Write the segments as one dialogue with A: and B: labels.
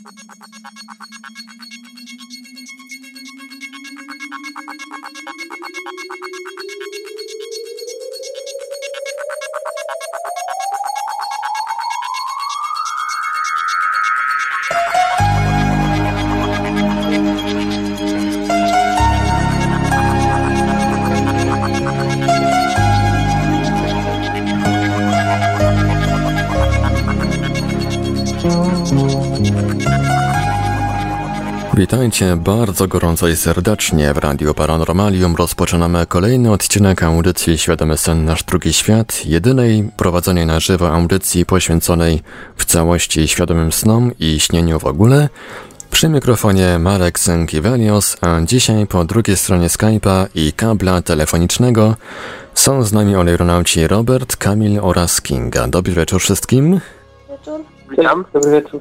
A: Witajcie bardzo gorąco i serdecznie w Radiu Paranormalium. Rozpoczynamy kolejny odcinek audycji Świadomy Sen Nasz Drugi Świat, jedynej prowadzonej na żywo audycji poświęconej w całości świadomym snom i śnieniu w ogóle. Przy mikrofonie Marek Sękiewelios, a dzisiaj po drugiej stronie Skype'a i kabla telefonicznego są z nami olejronauci Robert, Kamil oraz Kinga. Dobry wieczór wszystkim.
B: Wieczór. Witam, dobry wieczór.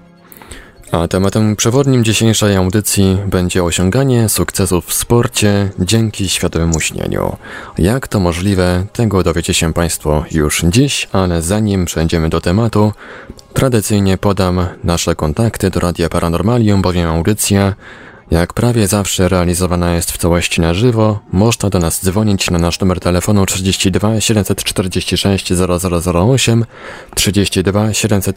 A: A tematem przewodnim dzisiejszej audycji będzie osiąganie sukcesów w sporcie dzięki świadomemu śnieniu. Jak to możliwe, tego dowiecie się Państwo już dziś, ale zanim przejdziemy do tematu, tradycyjnie podam nasze kontakty do Radia Paranormalium, bowiem audycja, jak prawie zawsze realizowana jest w całości na żywo. Można do nas dzwonić na nasz numer telefonu 32 746 0008, 32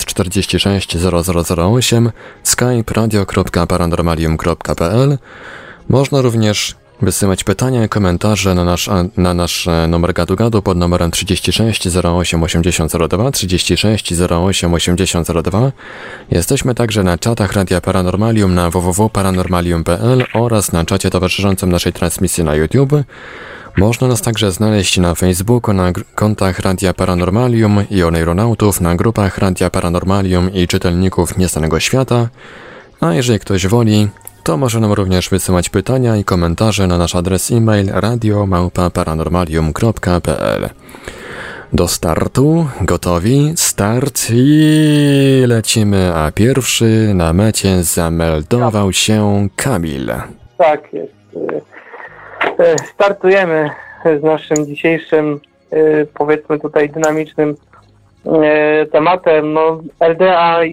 A: 746 0008, skype radio.paranormalium.pl. Można również wysyłać pytania i komentarze na nasz numer gadu-gadu pod numerem 36 08 8002, 36 08 8002. Jesteśmy także na czatach Radia Paranormalium na www.paranormalium.pl oraz na czacie towarzyszącym naszej transmisji na YouTube. Można nas także znaleźć na Facebooku, na kontach Radia Paranormalium i Oneironautów, na grupach Radia Paranormalium i Czytelników Nieznanego Świata. A jeżeli ktoś woli, to może nam również wysyłać pytania i komentarze na nasz adres e-mail radio@paranormalium.pl. Do startu, gotowi, start i lecimy, a pierwszy na mecie zameldował się Kamil.
B: Tak jest. Startujemy z naszym dzisiejszym, powiedzmy tutaj dynamicznym tematem, LDA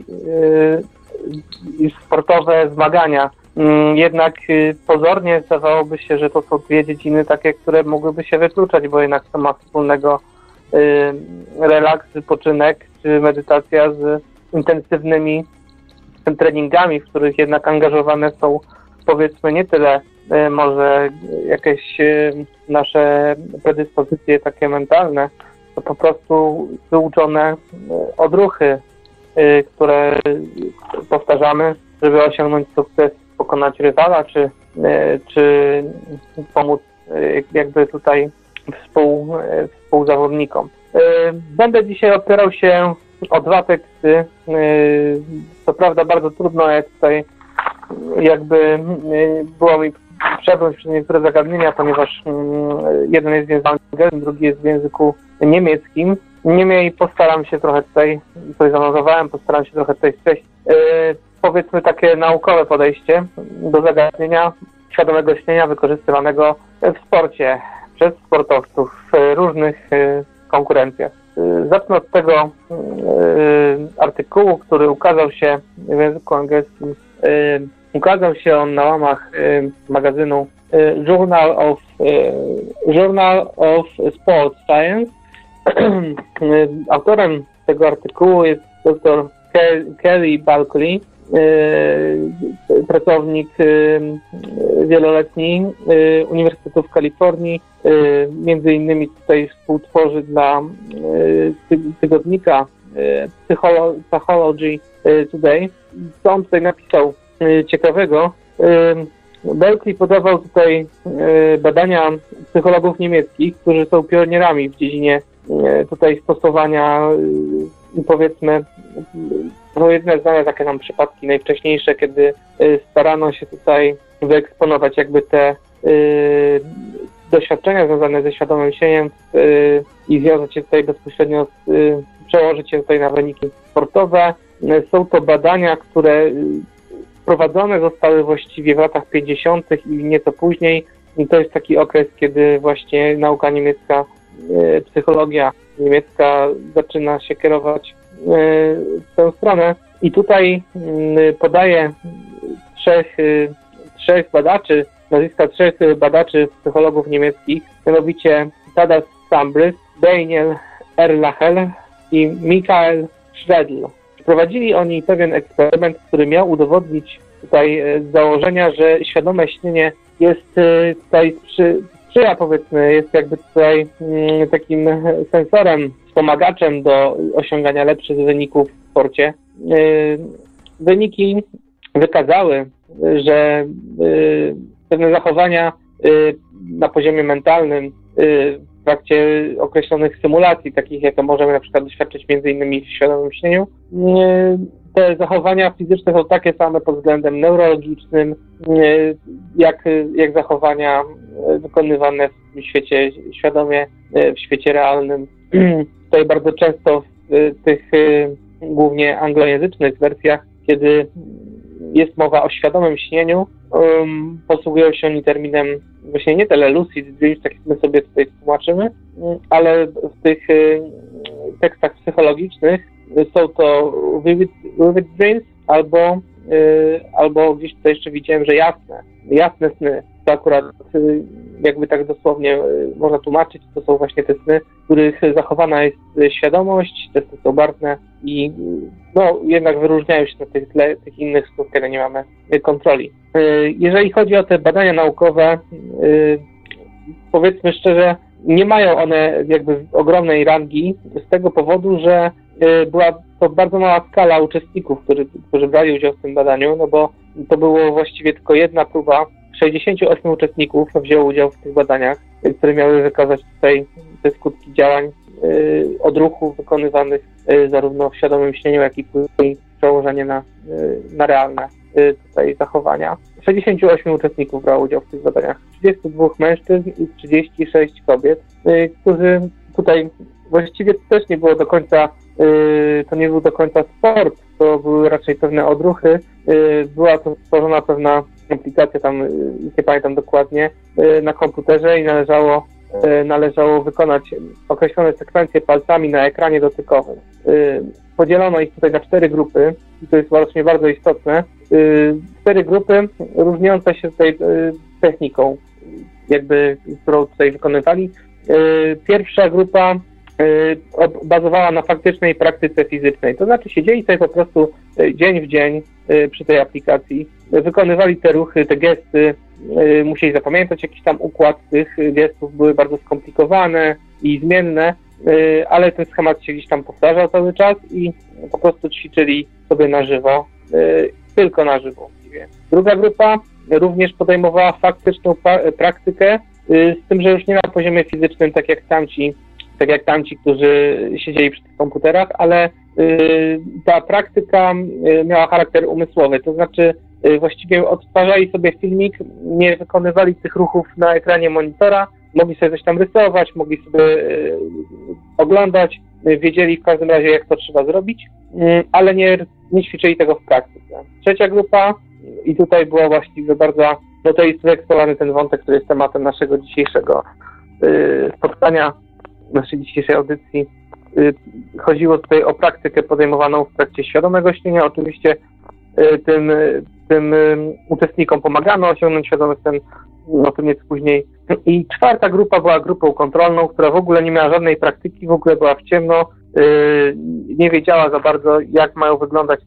B: i sportowe zmagania. Jednak pozornie zdawałoby się, że to są dwie dziedziny takie, które mogłyby się wykluczać, bo jednak to ma wspólnego relaks, wypoczynek czy medytacja z intensywnymi treningami, w których jednak angażowane są, powiedzmy, nie tyle może jakieś nasze predyspozycje takie mentalne, to po prostu wyuczone odruchy, które powtarzamy, żeby osiągnąć sukces, pokonać rywala, czy pomóc jakby tutaj współzawodnikom. Będę dzisiaj opierał się o dwa teksty. Co prawda bardzo trudno jest tutaj jakby było mi przebrnąć przez niektóre zagadnienia, ponieważ jeden jest w języku angielskim, drugi jest w języku niemieckim. Niemniej postaram się trochę tutaj, coś zanotowałem, postaram się trochę tutaj streścić. Powiedzmy takie naukowe podejście do zagadnienia świadomego śnienia wykorzystywanego w sporcie przez sportowców w różnych konkurencjach. Zacznę od tego artykułu, który ukazał się w języku angielskim. Ukazał się on na łamach magazynu Journal of Sports Science. Autorem tego artykułu jest dr Kelly Balkley, pracownik wieloletni Uniwersytetu w Kalifornii. Między innymi tutaj współtworzy dla tygodnika Psychology Today. Co on tutaj napisał ciekawego? Balkley podawał tutaj badania psychologów niemieckich, którzy są pionierami w dziedzinie tutaj stosowania, powiedzmy, jedne znane takie nam przypadki najwcześniejsze, kiedy starano się tutaj wyeksponować jakby te doświadczenia związane ze świadomym śnieniem i związać się tutaj bezpośrednio, przełożyć się tutaj na wyniki sportowe. Są to badania, które prowadzone zostały właściwie w latach 50. i nieco później. I to jest taki okres, kiedy właśnie nauka niemiecka, psychologia niemiecka zaczyna się kierować w tę stronę. I tutaj podaję trzech badaczy, nazwiska trzech badaczy, psychologów niemieckich, mianowicie Tadas Sambris, Daniel Erlachel i Michael Schredl. Przeprowadzili oni pewien eksperyment, który miał udowodnić tutaj z założenia, że świadome śnienie jest tutaj sprzyja, powiedzmy, jest jakby tutaj takim sensorem, wspomagaczem do osiągania lepszych wyników w sporcie. Wyniki wykazały, że pewne zachowania na poziomie mentalnym w trakcie określonych symulacji, takich jak to możemy na przykład doświadczyć między innymi w świadomym śnieniu, te zachowania fizyczne są takie same pod względem neurologicznym, jak zachowania wykonywane w świecie świadomie, w świecie realnym. Tutaj bardzo często w tych głównie anglojęzycznych wersjach, kiedy jest mowa o świadomym śnieniu, posługują się oni terminem właśnie nie tyle lucid dreams, tak jak my sobie tutaj tłumaczymy, ale w tych tekstach psychologicznych są to vivid dreams albo gdzieś tutaj jeszcze widziałem, że jasne sny. To akurat jakby tak dosłownie można tłumaczyć, to są właśnie te sny, w których zachowana jest świadomość, te sny są barwne i no jednak wyróżniają się na tych innych snów, kiedy nie mamy kontroli. Jeżeli chodzi o te badania naukowe, powiedzmy szczerze, nie mają one jakby ogromnej rangi z tego powodu, że była to bardzo mała skala uczestników, którzy brali udział w tym badaniu, no bo to było właściwie tylko jedna próba. 68 uczestników wzięło udział w tych badaniach, które miały wykazać tutaj te skutki działań odruchów wykonywanych zarówno w świadomym śnieniu, jak i przełożenie na realne tutaj zachowania. 68 uczestników brało udział w tych badaniach. 32 mężczyzn i 36 kobiet, którzy tutaj właściwie też nie było do końca, to nie był do końca sport, to były raczej pewne odruchy. Była to stworzona pewna aplikacja, tam nie pamiętam dokładnie, na komputerze i należało wykonać określone sekwencje palcami na ekranie dotykowym. Podzielono ich tutaj na 4 grupy i to jest właśnie bardzo istotne. 4 grupy różniące się tutaj techniką, jakby, którą tutaj wykonywali. Pierwsza grupa bazowała na faktycznej praktyce fizycznej, to znaczy siedzieli sobie po prostu dzień w dzień przy tej aplikacji, wykonywali te ruchy, te gesty, musieli zapamiętać jakiś tam układ tych gestów, były bardzo skomplikowane i zmienne, ale ten schemat się gdzieś tam powtarzał cały czas i po prostu ćwiczyli sobie na żywo, tylko na żywo właściwie. Druga grupa również podejmowała faktyczną praktykę, z tym, że już nie na poziomie fizycznym, tak jak tamci, którzy siedzieli przy tych komputerach, ale ta praktyka miała charakter umysłowy, to znaczy właściwie odtwarzali sobie filmik, nie wykonywali tych ruchów na ekranie monitora, mogli sobie coś tam rysować, mogli sobie oglądać, wiedzieli w każdym razie, jak to trzeba zrobić, ale nie ćwiczyli tego w praktyce. Trzecia grupa, i tutaj było właściwie bardzo, no to jest wyeksplorowany ten wątek, który jest tematem naszego dzisiejszego spotkania, naszej dzisiejszej audycji. Chodziło tutaj o praktykę podejmowaną w trakcie świadomego śnienia. Oczywiście tym uczestnikom pomagano osiągnąć świadomy sen, o tym nieco później. I czwarta grupa była grupą kontrolną, która w ogóle nie miała żadnej praktyki, w ogóle była w ciemno, nie wiedziała za bardzo, jak mają wyglądać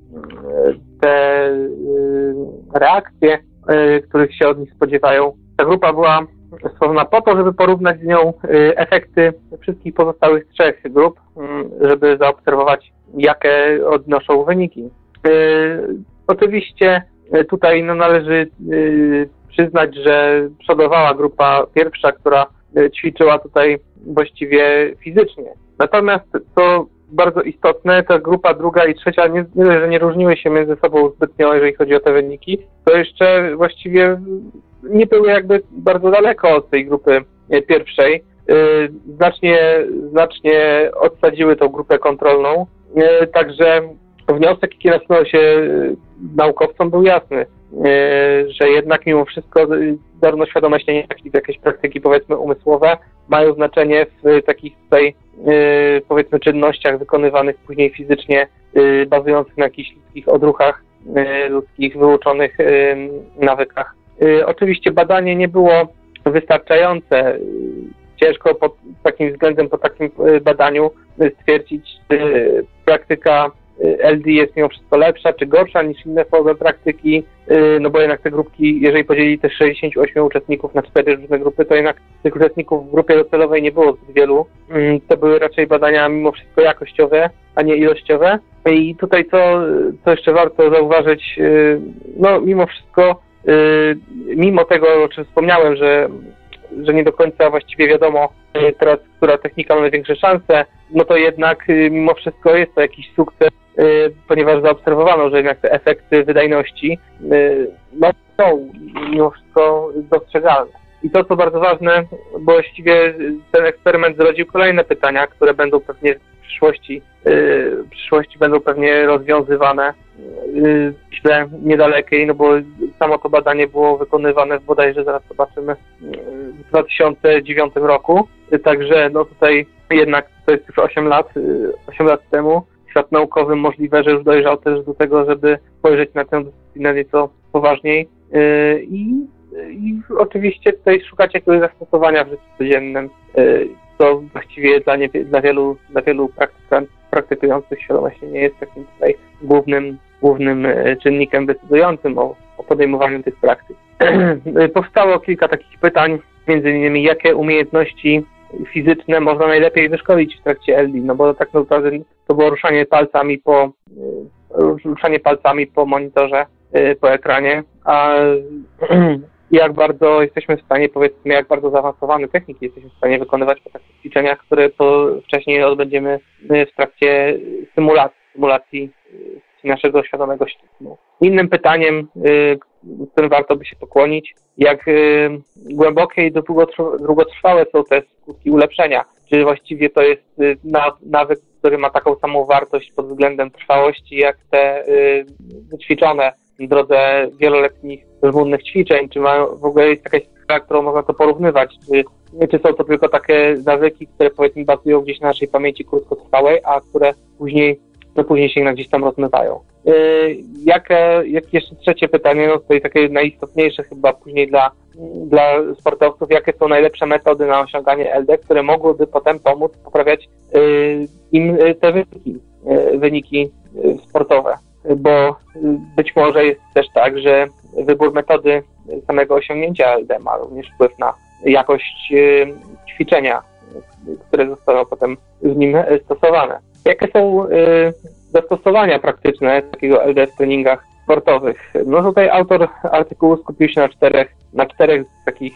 B: te reakcje, których się od nich spodziewają. Ta grupa była stworzona po to, żeby porównać z nią efekty wszystkich pozostałych 3 grup, żeby zaobserwować, jakie odnoszą wyniki. Oczywiście tutaj należy przyznać, że przodowała grupa pierwsza, która ćwiczyła tutaj właściwie fizycznie. Natomiast co bardzo istotne, ta grupa druga i trzecia nie różniły się między sobą zbytnio, jeżeli chodzi o te wyniki, to jeszcze właściwie nie były jakby bardzo daleko od tej grupy pierwszej. Znacznie odsadziły tą grupę kontrolną, także wniosek, jaki nasunął się naukowcom, był jasny, że jednak mimo wszystko zarówno świadome śnienie, jak i jakieś praktyki, powiedzmy, umysłowe mają znaczenie w takich tutaj powiedzmy czynnościach wykonywanych później fizycznie, bazujących na jakichś ludzkich odruchach, ludzkich wyuczonych nawykach. Oczywiście badanie nie było wystarczające. Ciężko pod takim względem, po takim badaniu stwierdzić, czy praktyka LD jest mimo wszystko lepsza, czy gorsza niż inne formy praktyki, no bo jednak te grupki, jeżeli podzielili te 68 uczestników na 4 różne grupy, to jednak tych uczestników w grupie docelowej nie było zbyt wielu. To były raczej badania mimo wszystko jakościowe, a nie ilościowe. I tutaj co jeszcze warto zauważyć, no mimo wszystko, mimo tego, o czym wspomniałem, że nie do końca właściwie wiadomo teraz, która technika ma największe szanse, no to jednak mimo wszystko jest to jakiś sukces, ponieważ zaobserwowano, że jednak te efekty wydajności no, są mimo wszystko dostrzegalne. I to, co bardzo ważne, bo właściwie ten eksperyment zrodził kolejne pytania, które będą pewnie w przyszłości będą pewnie rozwiązywane, myślę, niedalekiej, no bo samo to badanie było wykonywane bodajże, zaraz zobaczymy, w 2009 roku, także no tutaj jednak to jest już 8 lat temu. Świat naukowy możliwe, że już dojrzał też do tego, żeby spojrzeć na tę dyscyplinę nieco poważniej i oczywiście tutaj szukać jakiegoś zastosowania w życiu codziennym, co właściwie dla wielu praktykujących świadomości nie jest takim tutaj głównym czynnikiem decydującym o podejmowaniu tych praktyk. Powstało kilka takich pytań, między innymi jakie umiejętności fizyczne można najlepiej wyszkolić w trakcie LD, no bo tak naprawdę to było ruszanie palcami po monitorze, po ekranie, a jak bardzo jesteśmy w stanie, powiedzmy, jak bardzo zaawansowane techniki jesteśmy w stanie wykonywać po takich ćwiczeniach, które wcześniej odbędziemy w trakcie symulacji naszego świadomego snu. Innym pytaniem, którym warto by się pokłonić, jak głębokie i długotrwałe są te skutki ulepszenia. Czy właściwie to jest nawyk, który ma taką samą wartość pod względem trwałości, jak te wyćwiczone w drodze wieloletnich żmudnych ćwiczeń, czy w ogóle jest jakaś skala, którą można to porównywać, czy są to tylko takie nawyki, które powiedzmy bazują gdzieś na naszej pamięci krótkotrwałej, a które później się gdzieś tam rozmywają. Jak jeszcze trzecie pytanie, no tutaj takie najistotniejsze chyba później dla sportowców, jakie są najlepsze metody na osiąganie LD, które mogłyby potem pomóc poprawiać im te wyniki sportowe, bo być może jest też tak, że wybór metody samego osiągnięcia LD ma również wpływ na jakość ćwiczenia, które zostaną potem w nim stosowane. Jakie są zastosowania praktyczne takiego LD w treningach sportowych? No tutaj autor artykułu skupił się na czterech takich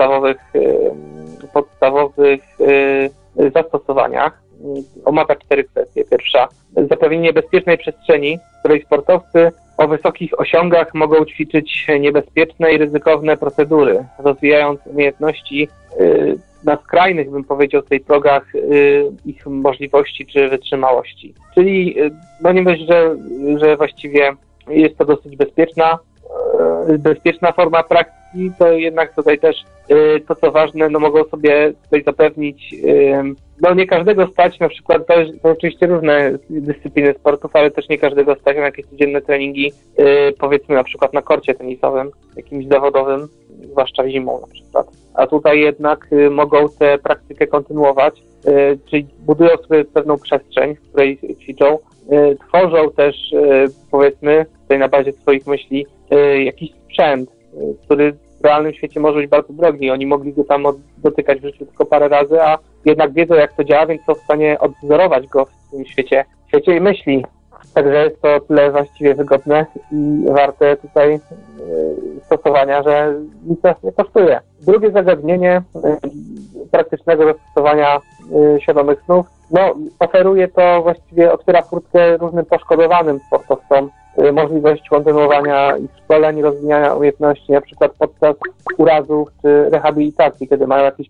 B: podstawowych zastosowaniach. Omawia 4 kwestie. Pierwsza, zapewnienie bezpiecznej przestrzeni, w której sportowcy o wysokich osiągach mogą ćwiczyć niebezpieczne i ryzykowne procedury, rozwijając umiejętności na skrajnych, bym powiedział, tej progach ich możliwości czy wytrzymałości. Czyli no nie dość, że właściwie jest to dosyć bezpieczna forma praktyki, to jednak tutaj też to, co ważne, no mogą sobie tutaj zapewnić, no nie każdego stać, na przykład to oczywiście różne dyscypliny sportów, ale też nie każdego stać na jakieś codzienne treningi, powiedzmy na przykład na korcie tenisowym, jakimś zawodowym, zwłaszcza zimą na przykład. A tutaj jednak mogą tę praktykę kontynuować, czyli budują sobie pewną przestrzeń, w której ćwiczą, tworzą też, powiedzmy, tutaj na bazie swoich myśli, jakiś sprzęt, który w realnym świecie może być bardzo drogi. Oni mogli go tam dotykać w życiu tylko parę razy, a jednak wiedzą, jak to działa, więc są w stanie odwzorować go w swoim świecie i myśli. Także jest to tyle właściwie wygodne i warte tutaj stosowania, że nic nie kosztuje. Drugie zagadnienie praktycznego zastosowania świadomych snów, no oferuje to, właściwie otwiera furtkę różnym poszkodowanym sportowcom, możliwość kontynuowania ich szkoleń, rozwijania umiejętności, na przykład podczas urazów czy rehabilitacji, kiedy mają jakiś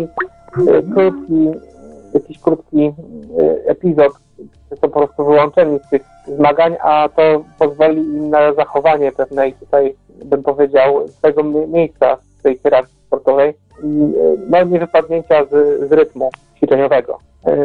B: krótki epizod, są po prostu wyłączeni z tych zmagań, a to pozwoli im na zachowanie pewnej, tutaj bym powiedział, swojego miejsca w tej hierarchii sportowej. no, niewypadnięcia z rytmu ćwiczeniowego.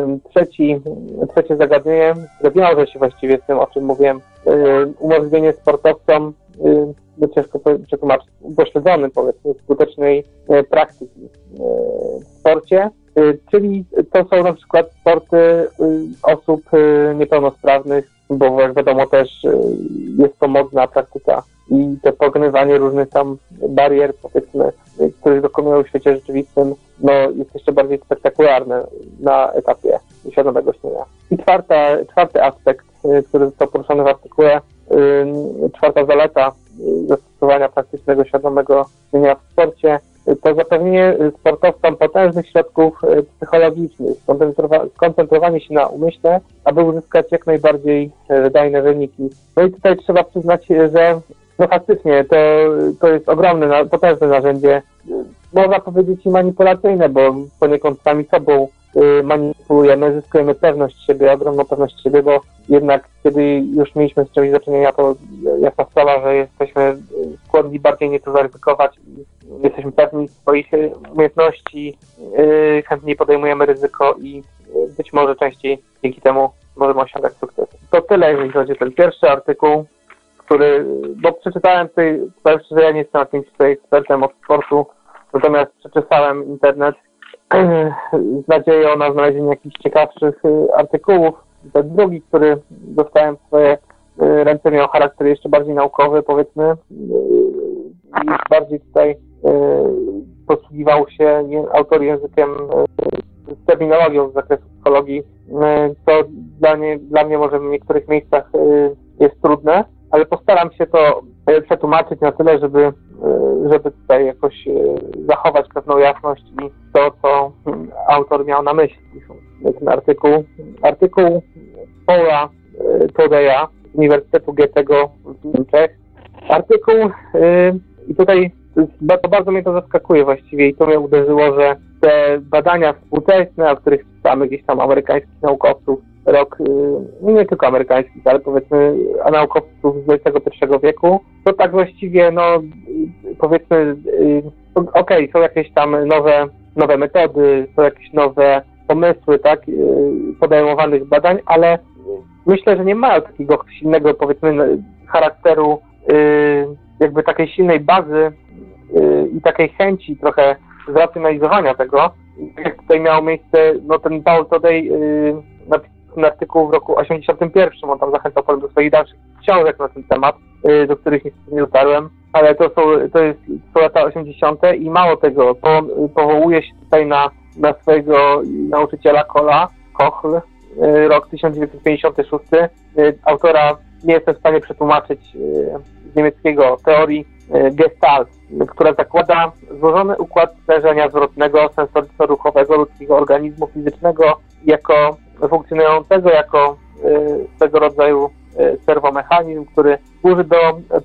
B: Trzecie zagadnienie, które wiąże się właściwie z tym, o czym mówiłem, umożliwienie sportowcom, ciężko przetłumaczyć, upośledzonym, powiedzmy, skutecznej praktyki w sporcie, czyli to są na przykład sporty osób niepełnosprawnych, bo jak wiadomo też jest to modna praktyka i to pokonywanie różnych tam barier, powiedzmy, których dokonują w świecie rzeczywistym, no jest jeszcze bardziej spektakularne na etapie świadomego śnienia. I czwarty aspekt, który został poruszony w artykule, czwarta zaleta zastosowania praktycznego świadomego śnienia w sporcie, to zapewnienie sportowcom potężnych środków psychologicznych, skoncentrowanie się na umyśle, aby uzyskać jak najbardziej wydajne wyniki. No i tutaj trzeba przyznać, że no faktycznie to jest ogromne, potężne narzędzie, można powiedzieć i manipulacyjne, bo poniekąd sami sobą manipulujemy, zyskujemy pewność siebie, ogromną pewność siebie, bo jednak kiedy już mieliśmy z czymś do czynienia, to jasna sprawa, że jesteśmy skłonni bardziej nieco zaryzykować i jesteśmy pewni swoich umiejętności, chętniej podejmujemy ryzyko i być może częściej dzięki temu możemy osiągać sukces. To tyle, jeżeli chodzi o ten pierwszy artykuł, bo przeczytałem tutaj, powiem szczerze, ja nie jestem jakimś tutaj ekspertem od sportu, natomiast przeczesałem internet z nadzieją na znalezienie jakichś ciekawszych artykułów. Ten drugi, który dostałem w swoje ręce, miał charakter jeszcze bardziej naukowy, powiedzmy, i bardziej tutaj posługiwał się autor językiem, terminologią z zakresu psychologii, co dla mnie może w niektórych miejscach jest trudne, ale postaram się to przetłumaczyć na tyle, żeby tutaj jakoś zachować pewną jasność i to, co autor miał na myśli. Ten artykuł Paula Todeja z Uniwersytetu Goethego w Niemczech. Artykuł i tutaj bardzo mnie to zaskakuje właściwie i to mnie uderzyło, że te badania współczesne, o których czytamy gdzieś tam amerykańskich naukowców, nie tylko amerykańskich, ale powiedzmy naukowców z XXI wieku, to tak właściwie, no powiedzmy, okej, są jakieś tam nowe metody, są jakieś nowe pomysły, tak, podejmowanych badań, ale myślę, że nie mają takiego silnego, powiedzmy, charakteru, jakby takiej silnej bazy i takiej chęci trochę zracjonalizowania tego. Jak tutaj miało miejsce, no ten Paul Todej napisał ten artykuł w roku 1981, on tam zachęcał do swoich dalszych książek na ten temat, do których niestety nie dotarłem, ale to są lata 80. i mało tego, powołuje się tutaj na swojego nauczyciela Kohl, rok 1956. Autora nie jestem w stanie przetłumaczyć z niemieckiego teorii Gestalt, która zakłada złożony układ stężenia zwrotnego, sensoryczno-ruchowego ludzkiego organizmu fizycznego funkcjonującego jako swego rodzaju serwomechanizm, który służy do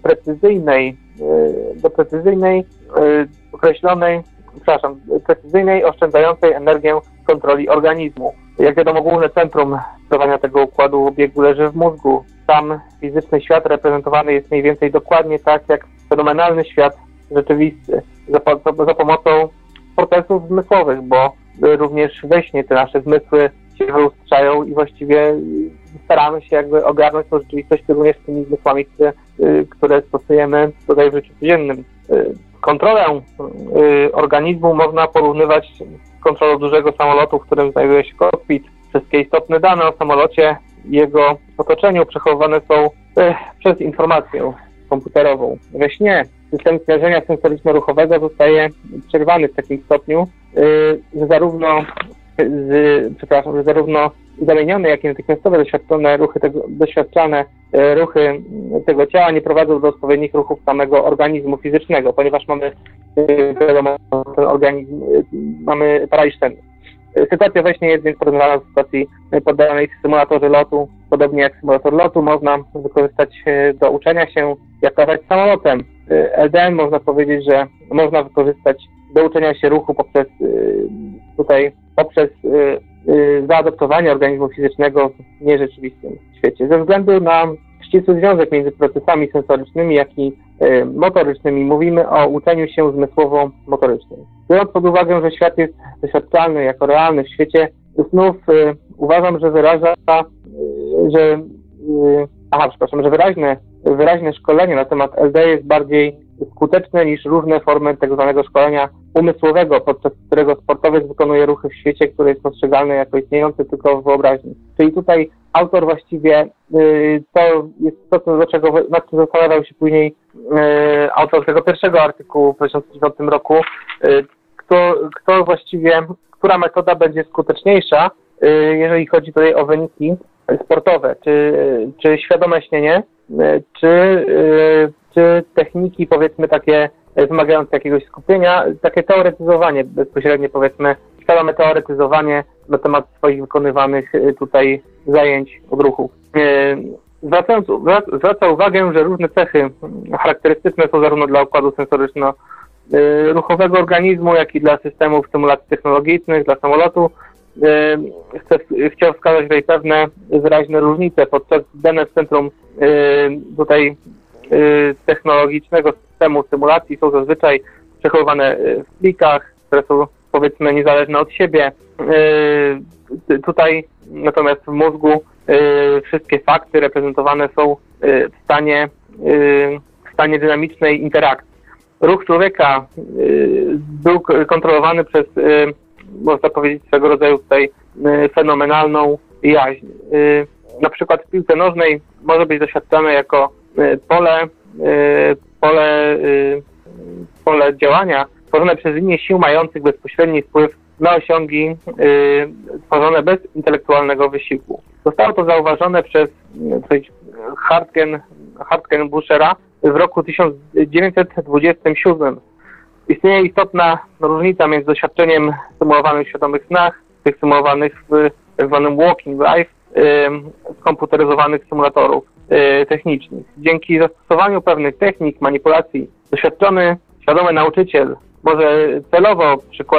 B: precyzyjnej, oszczędzającej energię kontroli organizmu. Jak wiadomo, główne centrum sterowania tego układu obiegu leży w mózgu. Sam fizyczny świat reprezentowany jest mniej więcej dokładnie tak, jak fenomenalny świat rzeczywisty, za pomocą procesów zmysłowych, bo również we śnie te nasze zmysły się wylustrzają i właściwie staramy się jakby ogarnąć tą rzeczywistość również z tymi zmysłami, które stosujemy tutaj w życiu codziennym. Kontrolę organizmu można porównywać z kontrolą dużego samolotu, w którym znajduje się kokpit. Wszystkie istotne dane o samolocie i jego otoczeniu przechowywane są przez informację komputerową. We śnie system stężenia sensoryczno-ruchowego zostaje przerwany w takim stopniu, że zarówno zamienione, jak i natychmiastowe doświadczalne ruchy tego ciała nie prowadzą do odpowiednich ruchów samego organizmu fizycznego, ponieważ mamy, wiadomo, ten organizm, mamy paraliż senny. Sytuacja we śnie jest więc porównywana do sytuacji poddanej w symulatorze lotu. Podobnie jak symulator lotu można wykorzystać do uczenia się, jak latać samolotem. LDN można powiedzieć, że można wykorzystać do uczenia się ruchu poprzez zaadoptowanie organizmu fizycznego w nierzeczywistym świecie. Ze względu na ścisły związek między procesami sensorycznymi, jak i motorycznymi. Mówimy o uczeniu się zmysłowo-motorycznym. Biorąc pod uwagę, że świat jest doświadczalny jako realny w świecie snów, uważam, że wyraźne szkolenie na temat LD jest bardziej skuteczne niż różne formy tak zwanego szkolenia umysłowego, podczas którego sportowiec wykonuje ruchy w świecie, który jest postrzegalny jako istniejący tylko w wyobraźni. Czyli tutaj autor właściwie, to jest to, nad czym zastanawiał się później autor tego pierwszego artykułu w 1909 roku, która metoda będzie skuteczniejsza, jeżeli chodzi tutaj o wyniki sportowe, czy świadome śnienie, czy techniki, powiedzmy, takie wymagające jakiegoś skupienia, takie teoretyzowanie bezpośrednie, powiedzmy, świadome teoretyzowanie na temat swoich wykonywanych tutaj zajęć, odruchów. Zwraca uwagę, że różne cechy charakterystyczne są zarówno dla układu sensoryczno-ruchowego organizmu, jak i dla systemów stymulacji technologicznych, dla samolotu. Chciał wskazać tutaj pewne wyraźne różnice. Podczas dane w centrum tutaj technologicznego systemu symulacji są zazwyczaj przechowywane w plikach, które są, powiedzmy, niezależne od siebie. Tutaj natomiast w mózgu wszystkie fakty reprezentowane są w stanie dynamicznej interakcji. Ruch człowieka był kontrolowany przez, można powiedzieć, swego rodzaju tutaj fenomenalną jaźń. Na przykład w piłce nożnej może być doświadczane jako pole działania tworzone przez linię sił mających bezpośredni wpływ na osiągi tworzone bez intelektualnego wysiłku. Zostało to zauważone przez Hartgen-Buschera w roku 1927. Istnieje istotna różnica między doświadczeniem symulowanych w świadomych snach, tych symulowanych w tzw. walking life, skomputeryzowanych symulatorów technicznych. Dzięki zastosowaniu pewnych technik manipulacji doświadczony, świadomy nauczyciel może celowo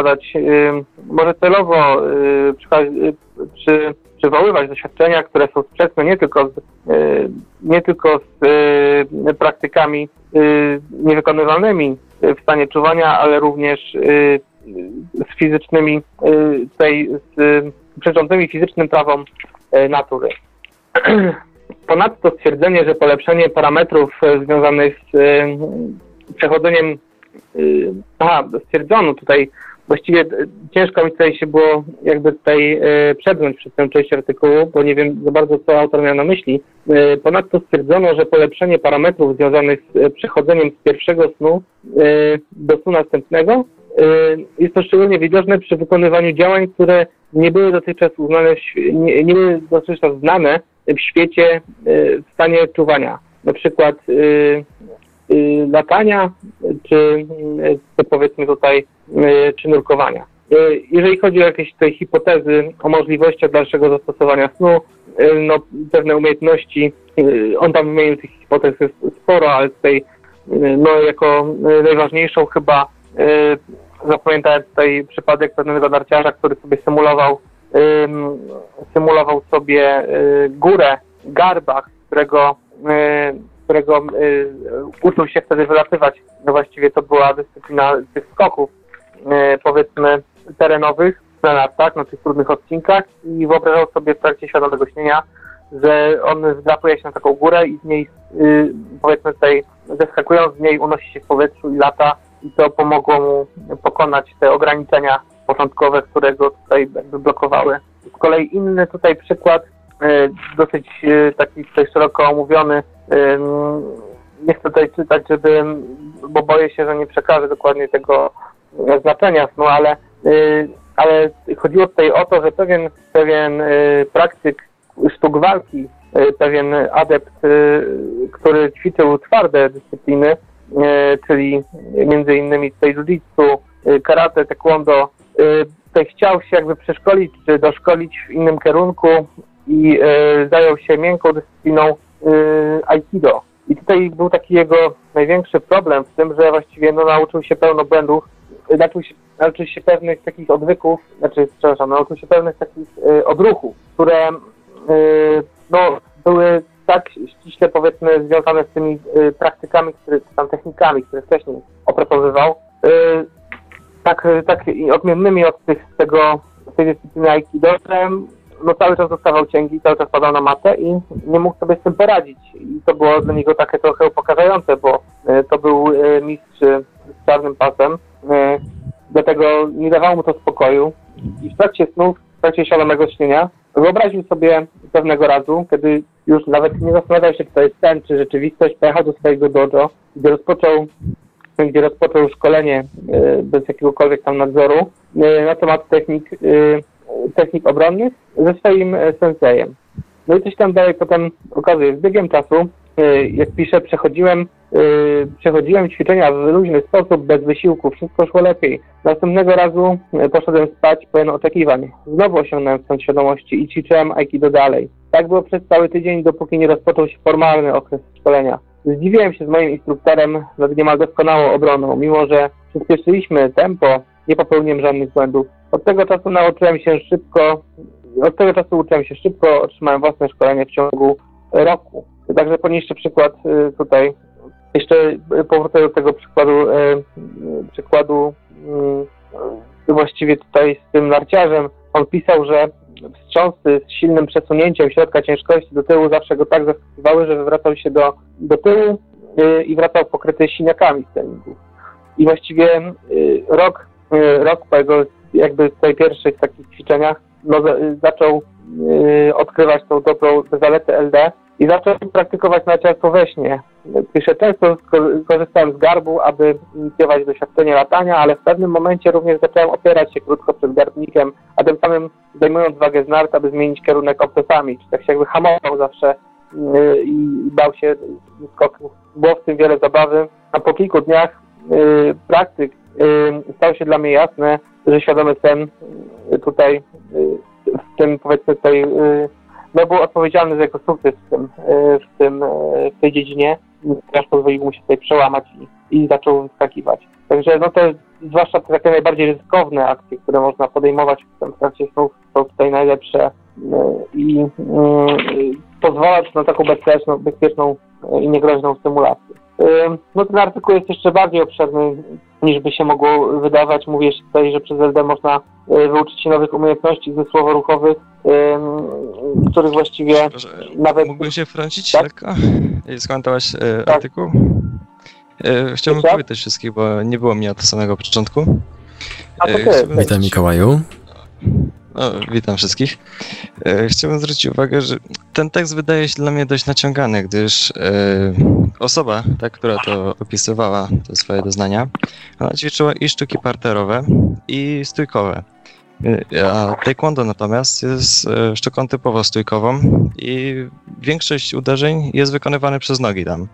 B: przywoływać doświadczenia, które są sprzeczne nie tylko z praktykami niewykonywalnymi w stanie czuwania, ale również z fizycznymi, przeczącymi fizycznym prawom natury. Ponadto stwierdzenie, że polepszenie parametrów związanych z przechodzeniem, stwierdzono tutaj, właściwie ciężko mi tutaj się było jakby tutaj przebrnąć przez tę część artykułu, bo nie wiem za bardzo, co autor miał na myśli. Ponadto stwierdzono, że polepszenie parametrów związanych z przechodzeniem z pierwszego snu do snu następnego jest to szczególnie widoczne przy wykonywaniu działań, które nie były dotychczas znane w świecie w stanie czuwania. Na przykład latania, czy powiedzmy tutaj, czy nurkowania. Jeżeli chodzi o jakieś tutaj hipotezy o możliwościach dalszego zastosowania snu, no pewne umiejętności, on tam wymienił tych hipotez jest sporo, ale tutaj no jako najważniejszą chyba zapamiętałem tutaj przypadek pewnego narciarza, który sobie symulował sobie górę, garbach, którego uczył się wtedy wylatywać. No właściwie to była dyscyplina tych skoków, powiedzmy, terenowych na nartach, na tych trudnych odcinkach i wyobrażał sobie w trakcie świadomego śnienia, że on wdrapuje się na taką górę i z niej, powiedzmy tutaj, zeskakując z niej, unosi się w powietrzu i lata i to pomogło mu pokonać te ograniczenia początkowe, które go tutaj jakby blokowały. Z kolei inny tutaj przykład, dosyć taki tutaj szeroko omówiony, nie chcę tutaj czytać, bo boję się, że nie przekażę dokładnie tego znaczenia snu, ale chodziło tutaj o to, że pewien praktyk sztuk walki, pewien adept, który ćwiczył twarde dyscypliny, czyli między innymi tutaj jiu-jitsu, karate, taekwondo, tutaj chciał się jakby przeszkolić czy doszkolić w innym kierunku i zajął się miękką dyscypliną aikido. I tutaj był taki jego największy problem w tym, że właściwie nauczył się pełno błędów, nauczył się pewnych takich odwyków, nauczył się pewnych takich odruchów, które były tak ściśle, powiedzmy, związane z tymi praktykami, tam technikami, które wcześniej opracowywał, tak odmiennymi od tej dyscypliny Aikido, że no cały czas dostawał cięgi, cały czas padał na matę i nie mógł sobie z tym poradzić. I to było dla niego takie trochę upokarzające, bo to był mistrz z czarnym pasem, dlatego nie dawało mu to spokoju. I w trakcie snów, w trakcie świadomego śnienia, wyobraził sobie pewnego razu, kiedy już nawet nie zastanawiał się, czy to jest sen, czy rzeczywistość, pojechał do swojego dojo, gdzie rozpoczął szkolenie bez jakiegokolwiek tam nadzoru na temat technik obronnych ze swoim sensejem. No i coś tam dalej potem okazuje. Z biegiem czasu, jak pisze, przechodziłem ćwiczenia w luźny sposób, bez wysiłku, wszystko szło lepiej. Następnego razu poszedłem spać pełen oczekiwań. Znowu osiągnąłem stan świadomości i ćwiczyłem Aikido dalej. Tak było przez cały tydzień, dopóki nie rozpoczął się formalny okres szkolenia. Zdziwiłem się z moim instruktorem nad niemal doskonałą obroną, mimo że przyspieszyliśmy tempo, nie popełniłem żadnych błędów. Od tego czasu uczyłem się szybko, otrzymałem własne szkolenie w ciągu roku. Także poniższy przykład tutaj, jeszcze powrócę do tego przykładu właściwie tutaj z tym narciarzem. On pisał, że wstrząsy z silnym przesunięciem środka ciężkości do tyłu zawsze go tak zaskakiwały, że wywracał się do tyłu i wracał pokryty siniakami z treningów. I właściwie rok po jego jakby tutaj pierwszych takich ćwiczeniach zaczął odkrywać tą dobrą zaletę LD i zaczął praktykować narciarstwo we śnie. Pisze, często korzystałem z garbu, aby inicjować doświadczenie latania, ale w pewnym momencie również zacząłem opierać się krótko przed garbnikiem, a tym samym zdejmując wagę z nart, aby zmienić kierunek obcasami. Czy tak się jakby hamował zawsze i bał się skoków. Było w tym wiele zabawy, a po kilku dniach praktyk stało się dla mnie jasne, że świadomy sen tutaj w tym, powiedzmy, tutaj był odpowiedzialny za jego sukces w tej dziedzinie, ponieważ pozwolił mu się tutaj przełamać i zaczął wyskakiwać. Także no te, zwłaszcza te takie najbardziej ryzykowne akcje, które można podejmować w trakcie snów, są tutaj najlepsze i pozwalać na taką bezpieczną i niegroźną symulację. No ten artykuł jest jeszcze bardziej obszerny niż by się mogło wydawać. Mówię tutaj, że przez LD można wyuczyć się nowych umiejętności zmysłowo-ruchowych, których właściwie nawet...
C: Mógłbym się wtrącić
B: tak?
C: lekko i skomentować
B: tak.
C: artykuł? Chciałbym powitać wszystkich, bo nie było mnie od samego początku.
B: A to ty.
A: Witam, Mikołaju.
C: No, witam wszystkich. Chciałbym zwrócić uwagę, że ten tekst wydaje się dla mnie dość naciągany, gdyż osoba, ta, która to opisywała, te swoje doznania, ona ćwiczyła i sztuki parterowe, i stójkowe. A taekwondo natomiast jest sztuką typowo stójkową i większość uderzeń jest wykonywane przez nogi tam.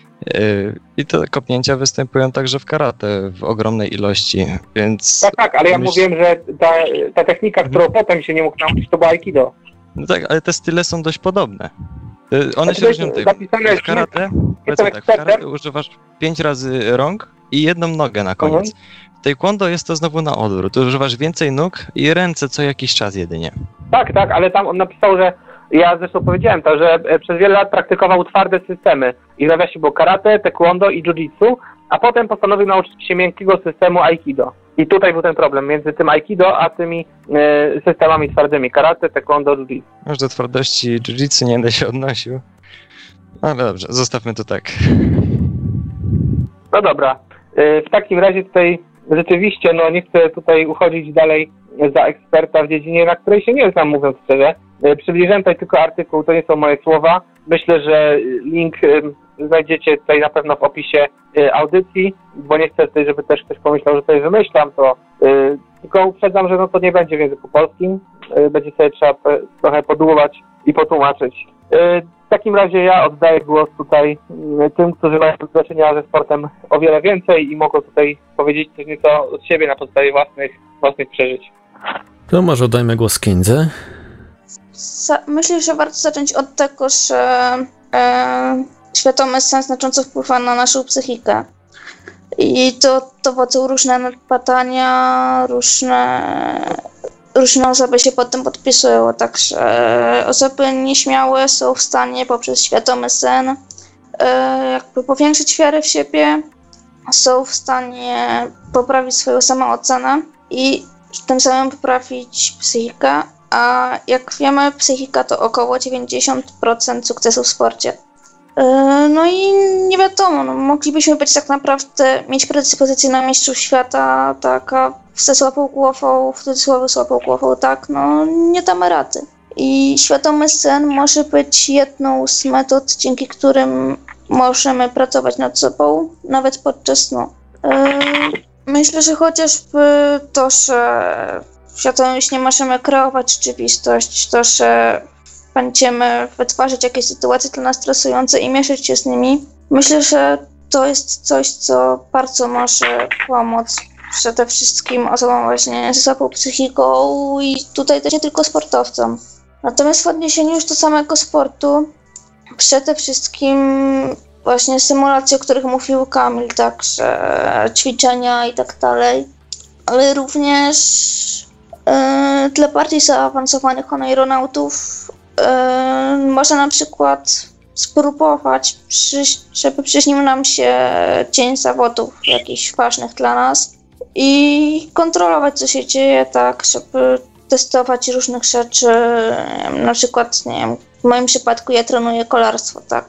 C: I te kopnięcia występują także w karate w ogromnej ilości, więc...
B: Tak, ale ja mówiłem, że ta technika, którą potem się nie mógł nauczyć, to była Aikido.
C: No tak, ale te style są dość podobne. One się różnią tutaj. W karate, w karate używasz 5 razy rąk i jedną nogę na koniec. W taekwondo jest to znowu na odwrót. Tu używasz więcej nóg i ręce co jakiś czas jedynie. Tak,
B: ale tam on napisał, że ja zresztą powiedziałem to, że przez wiele lat praktykował twarde systemy. I w nawiasie było karate, taekwondo i jiu-jitsu, a potem postanowił nauczyć się miękkiego systemu aikido. I tutaj był ten problem między tym aikido, a tymi systemami twardymi. Karate, taekwondo, jiu-jitsu.
C: Może do twardości jiu-jitsu nie będę się odnosił. Ale dobrze, zostawmy to tak.
B: No dobra. W takim razie tutaj rzeczywiście, no nie chcę tutaj uchodzić dalej za eksperta w dziedzinie, na której się nie znam, mówiąc szczerze. Przybliżyłem tutaj tylko artykuł, to nie są moje słowa. Myślę, że link znajdziecie tutaj na pewno w opisie audycji, bo nie chcę tutaj, żeby też ktoś pomyślał, że tutaj wymyślam, to tylko uprzedzam, że no to nie będzie w języku polskim. Będzie sobie trzeba trochę podłuwać i potłumaczyć. W takim razie ja oddaję głos tutaj tym, którzy mają do czynienia ze sportem o wiele więcej i mogą tutaj powiedzieć coś nieco od siebie na podstawie własnych przeżyć.
A: To może oddajmy głos Kindze.
D: Myślę, że warto zacząć od tego, że świadomy sen znacząco wpływa na naszą psychikę. I to dowodzą różne badania, różne różne osoby się pod tym podpisują, także osoby nieśmiałe są w stanie poprzez świadomy sen jakby powiększyć wiarę w siebie, są w stanie poprawić swoją samoocenę i tym samym poprawić psychikę, a jak wiemy, psychika to około 90% sukcesu w sporcie. No i nie wiadomo, no, moglibyśmy być tak naprawdę, mieć predyspozycję na mistrzów świata, taka ze słabą głową, w cudzysłowie słabą głową, tak, no nie damy rady. I świadomy sen może być jedną z metod, dzięki którym możemy pracować nad sobą, nawet podczas snu. Myślę, że chociażby to, że w świadomym śnie możemy kreować rzeczywistość, to, że będziemy wytwarzać jakieś sytuacje dla nas stresujące i mieszać się z nimi. Myślę, że to jest coś, co bardzo może pomóc przede wszystkim osobom właśnie ze słabą psychiką i tutaj też nie tylko sportowcom. Natomiast w odniesieniu już do samego sportu, przede wszystkim właśnie symulacje, o których mówił Kamil, także ćwiczenia i tak dalej, ale również dla bardziej zaawansowanych neuronautów można na przykład spróbować, żeby przyśnił nam się dzień zawodów jakichś ważnych dla nas i kontrolować, co się dzieje, tak, żeby testować różnych rzeczy, na przykład, nie wiem, w moim przypadku ja trenuję kolarstwo, tak.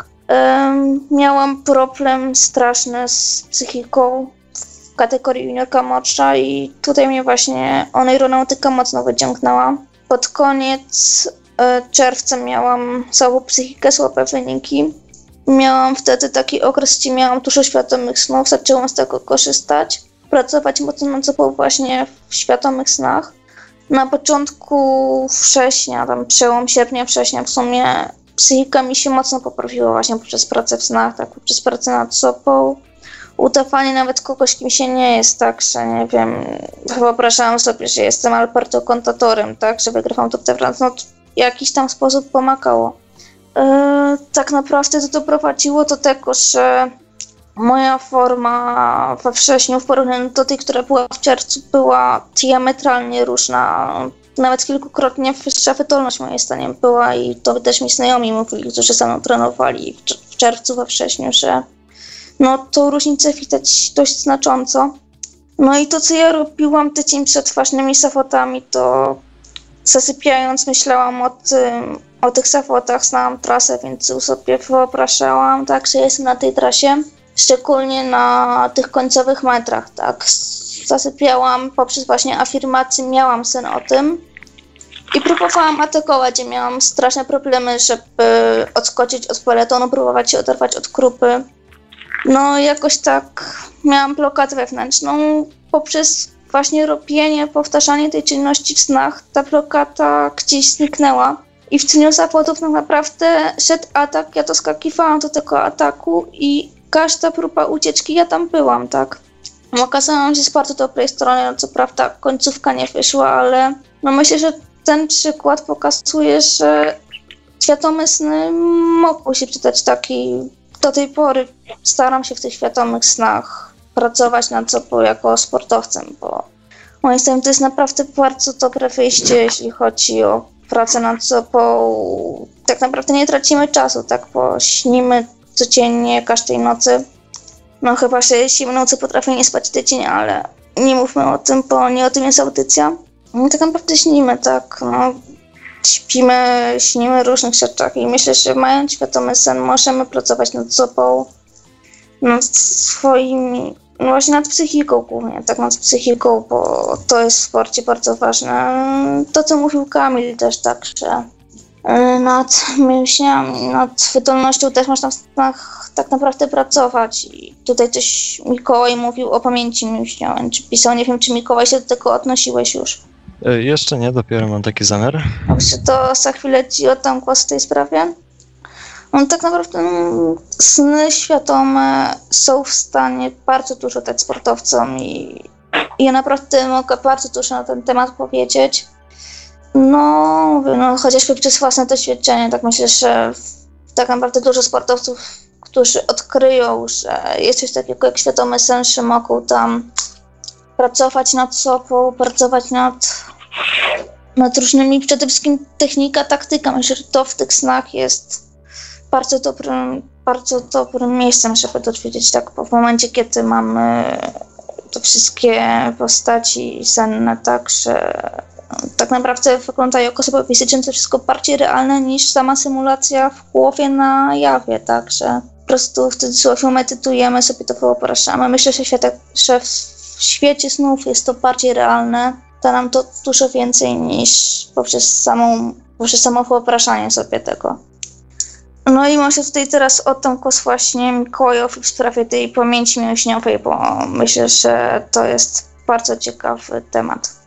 D: Miałam problem straszny z psychiką w kategorii juniorka młodsza i tutaj mnie właśnie oneironautyka mocno wyciągnęła. Pod koniec czerwca miałam słabą psychikę, słabe wyniki. Miałam wtedy taki okres, gdzie miałam dużo świadomych snów, zaczęłam z tego korzystać, pracować mocno nad sobą właśnie w świadomych snach. Na początku września, tam przełom sierpnia, września w sumie psychika mi się mocno poprawiła właśnie poprzez pracę w snach, tak, poprzez pracę nad sobą. Udawanie nawet kogoś, kim się nie jest, tak, że nie wiem, wyobrażałam sobie, że jestem Alberto Contadorem, tak, że wygrywam Tour de France, no w jakiś tam sposób pomagało. Tak naprawdę to doprowadziło do tego, że moja forma we wrześniu w porównaniu do tej, która była w czerwcu, była diametralnie różna. Nawet kilkukrotnie wyższa wydolność moim zdaniem była i to też mi znajomi mówili, którzy ze mną trenowali w czerwcu, we wrześniu, że no tą różnicę widać dość znacząco. No i to, co ja robiłam tydzień przed ważnymi zawodami, to zasypiając myślałam o tych zawodach, znałam trasę, więc sobie wyobrażałam, tak, że jestem na tej trasie, szczególnie na tych końcowych metrach, tak. Zasypiałam poprzez właśnie afirmację, miałam sen o tym i próbowałam atakować, gdzie miałam straszne problemy, żeby odskoczyć od peletonu, próbować się oderwać od grupy. No jakoś tak miałam blokadę wewnętrzną. Poprzez właśnie robienie, powtarzanie tej czynności w snach, ta blokada gdzieś zniknęła. I w dniu zawodów tak naprawdę szedł atak, ja doskakiwałam do tego ataku i każda próba ucieczki, ja tam byłam, tak. Okazałam się z bardzo dobrej strony, no co prawda końcówka nie wyszła, ale no myślę, że ten przykład pokazuje, że świadome sny mogą się przydać taki. Do tej pory staram się w tych świadomych snach pracować nad sobą jako sportowcem, bo moim zdaniem to jest naprawdę bardzo dobre wyjście, jeśli chodzi o pracę nad sobą. Tak naprawdę nie tracimy czasu, tak, bo śnimy codziennie, każdej nocy. No chyba, że jeśli nocy potrafię nie spać tydzień, ale nie mówmy o tym, bo nie o tym jest audycja. No tak naprawdę śnimy, tak, no. Śnimy o różnych rzeczach i myślę, że mając świadomy sen możemy pracować nad sobą, nad swoimi, no właśnie nad psychiką głównie, tak, nad psychiką, bo to jest w sporcie bardzo ważne. To, co mówił Kamil też, tak, że nad mięśniami, nad wydolnością też można w snach tak naprawdę pracować i tutaj też Mikołaj mówił o pamięci mięśniowej, czy pisał, nie wiem, czy Mikołaj się do tego odnosiłeś już.
C: Jeszcze nie, dopiero mam taki zamiar.
D: Dobrze, to za chwilę Ci oddam głos w tej sprawie. No, tak naprawdę sny świadome są w stanie bardzo dużo dać sportowcom i ja naprawdę mogę bardzo dużo na ten temat powiedzieć. No, chociażby przez własne doświadczenie, tak myślę, że tak naprawdę dużo sportowców, którzy odkryją, że jest coś takiego jak świadomy sen, że mogą tam pracować nad sobą, pracować nad nad różnymi, przede wszystkim technika, taktyka. Myślę, że to w tych snach jest bardzo dobrym miejscem, żeby dowiedzieć, tak, bo w momencie, kiedy mamy te wszystkie postaci senne, tak, że tak naprawdę wyglądają jako osoby fizyczne, to wszystko bardziej realne niż sama symulacja w głowie na jawie, tak, że po prostu w cudzysłowie medytujemy, sobie to wyobrażamy. Myślę, że w świecie snów jest to bardziej realne, da nam to dużo więcej niż poprzez samo wyobrażanie sobie tego. No i może tutaj teraz oddam głos właśnie Mikołajowi w sprawie tej pamięci mięśniowej, bo myślę, że to jest bardzo ciekawy temat.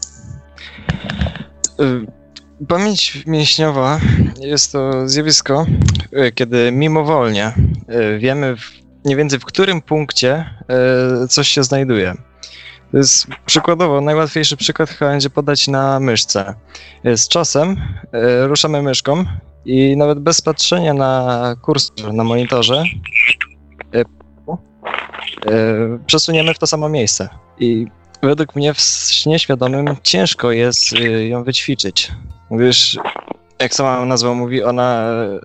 C: Pamięć mięśniowa jest to zjawisko, kiedy mimowolnie wiemy mniej więcej w którym punkcie coś się znajduje. To jest przykładowo, najłatwiejszy przykład chyba będzie podać na myszce. Z czasem ruszamy myszką i nawet bez patrzenia na kursor na monitorze przesuniemy w to samo miejsce. I według mnie w śnie świadomym ciężko jest ją wyćwiczyć, gdyż jak sama nazwa mówi, ona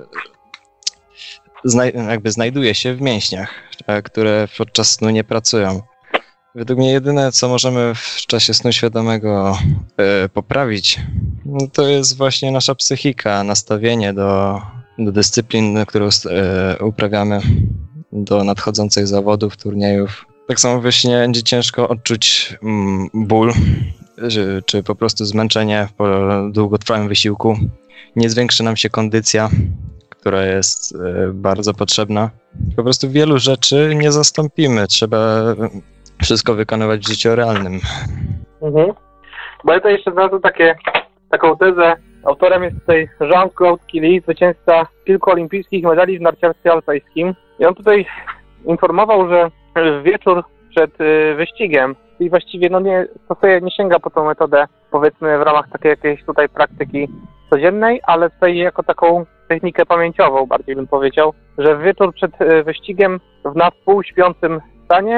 C: jakby znajduje się w mięśniach, które podczas snu nie pracują. Według mnie jedyne, co możemy w czasie snu świadomego poprawić, no to jest właśnie nasza psychika, nastawienie do dyscyplin, które uprawiamy, do nadchodzących zawodów, turniejów. Tak samo we śnie będzie ciężko odczuć ból, czy po prostu zmęczenie po długotrwałym wysiłku. Nie zwiększy nam się kondycja, która jest bardzo potrzebna. Po prostu wielu rzeczy nie zastąpimy. Trzeba wszystko wykonywać w życiu realnym.
B: Bo ja to jeszcze znalazłem taką tezę. Autorem jest tutaj Jean-Claude Killy, zwycięzca kilku olimpijskich medali w narciarstwie alpejskim. I on tutaj informował, że w wieczór przed wyścigiem, i właściwie nie sięga po tą metodę, powiedzmy w ramach takiej jakiejś tutaj praktyki codziennej, ale tutaj jako taką technikę pamięciową bardziej bym powiedział, że w wieczór przed wyścigiem w półśpiącym stanie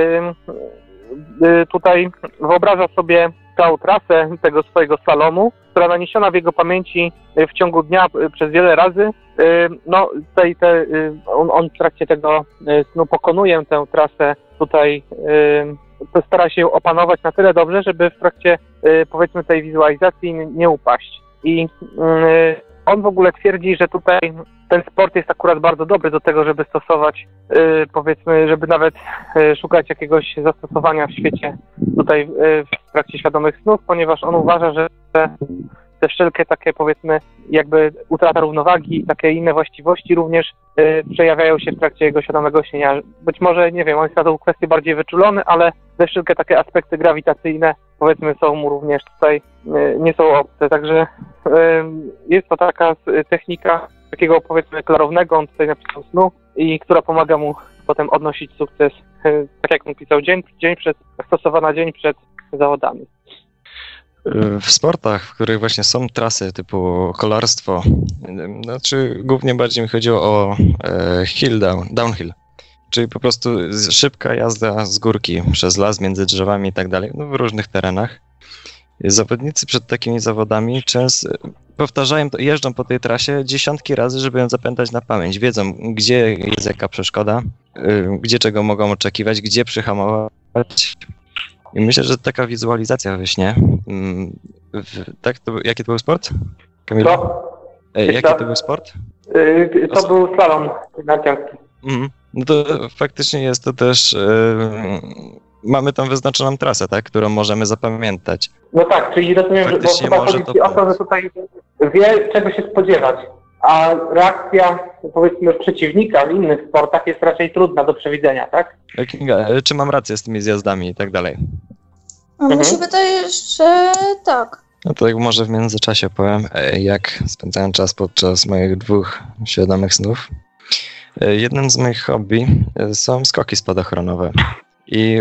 B: tutaj wyobraża sobie całą trasę tego swojego slalomu, która naniesiona w jego pamięci w ciągu dnia przez wiele razy. On w trakcie tego snu pokonuje tę trasę tutaj, stara się opanować na tyle dobrze, żeby w trakcie powiedzmy tej wizualizacji nie upaść. I on w ogóle twierdzi, że tutaj ten sport jest akurat bardzo dobry do tego, żeby stosować, powiedzmy, żeby nawet szukać jakiegoś zastosowania w świecie tutaj w trakcie świadomych snów, ponieważ on uważa, że te wszelkie takie, powiedzmy, jakby utrata równowagi i takie inne właściwości również przejawiają się w trakcie jego świadomego śnienia. Być może, nie wiem, on jest na tą kwestię bardziej wyczulony, ale te wszelkie takie aspekty grawitacyjne, powiedzmy, są mu również tutaj, nie są obce. Także jest to taka technika takiego, powiedzmy, klarownego, on tutaj napisał snu, i która pomaga mu potem odnosić sukces, tak jak on pisał, stosowana dzień przed zawodami.
C: W sportach, w których właśnie są trasy typu kolarstwo, znaczy głównie bardziej mi chodziło o downhill, czyli po prostu szybka jazda z górki przez las, między drzewami i tak dalej, w różnych terenach. Zawodnicy przed takimi zawodami często powtarzają to, jeżdżą po tej trasie dziesiątki razy, żeby ją zapamiętać na pamięć. Wiedzą, gdzie jest jaka przeszkoda, gdzie czego mogą oczekiwać, gdzie przyhamować. I myślę, że taka wizualizacja we śnie. Tak? Jaki to był sport? Kamilu? Jaki to był sport?
B: To był slalom narciarski.
C: No to faktycznie jest to też... mamy tam wyznaczoną trasę, tak? Którą możemy zapamiętać.
B: No tak, czyli rozumiem, że chyba chodzi o to, że tutaj wie, czego się spodziewać. A reakcja, powiedzmy, przeciwnika w innych sportach jest raczej trudna do przewidzenia, tak?
C: Czy mam rację z tymi zjazdami i tak dalej?
D: Mi się wydaje, że tak.
C: No to może w międzyczasie powiem, jak spędzałem czas podczas moich 2 świadomych snów. Jednym z moich hobby są skoki spadochronowe. I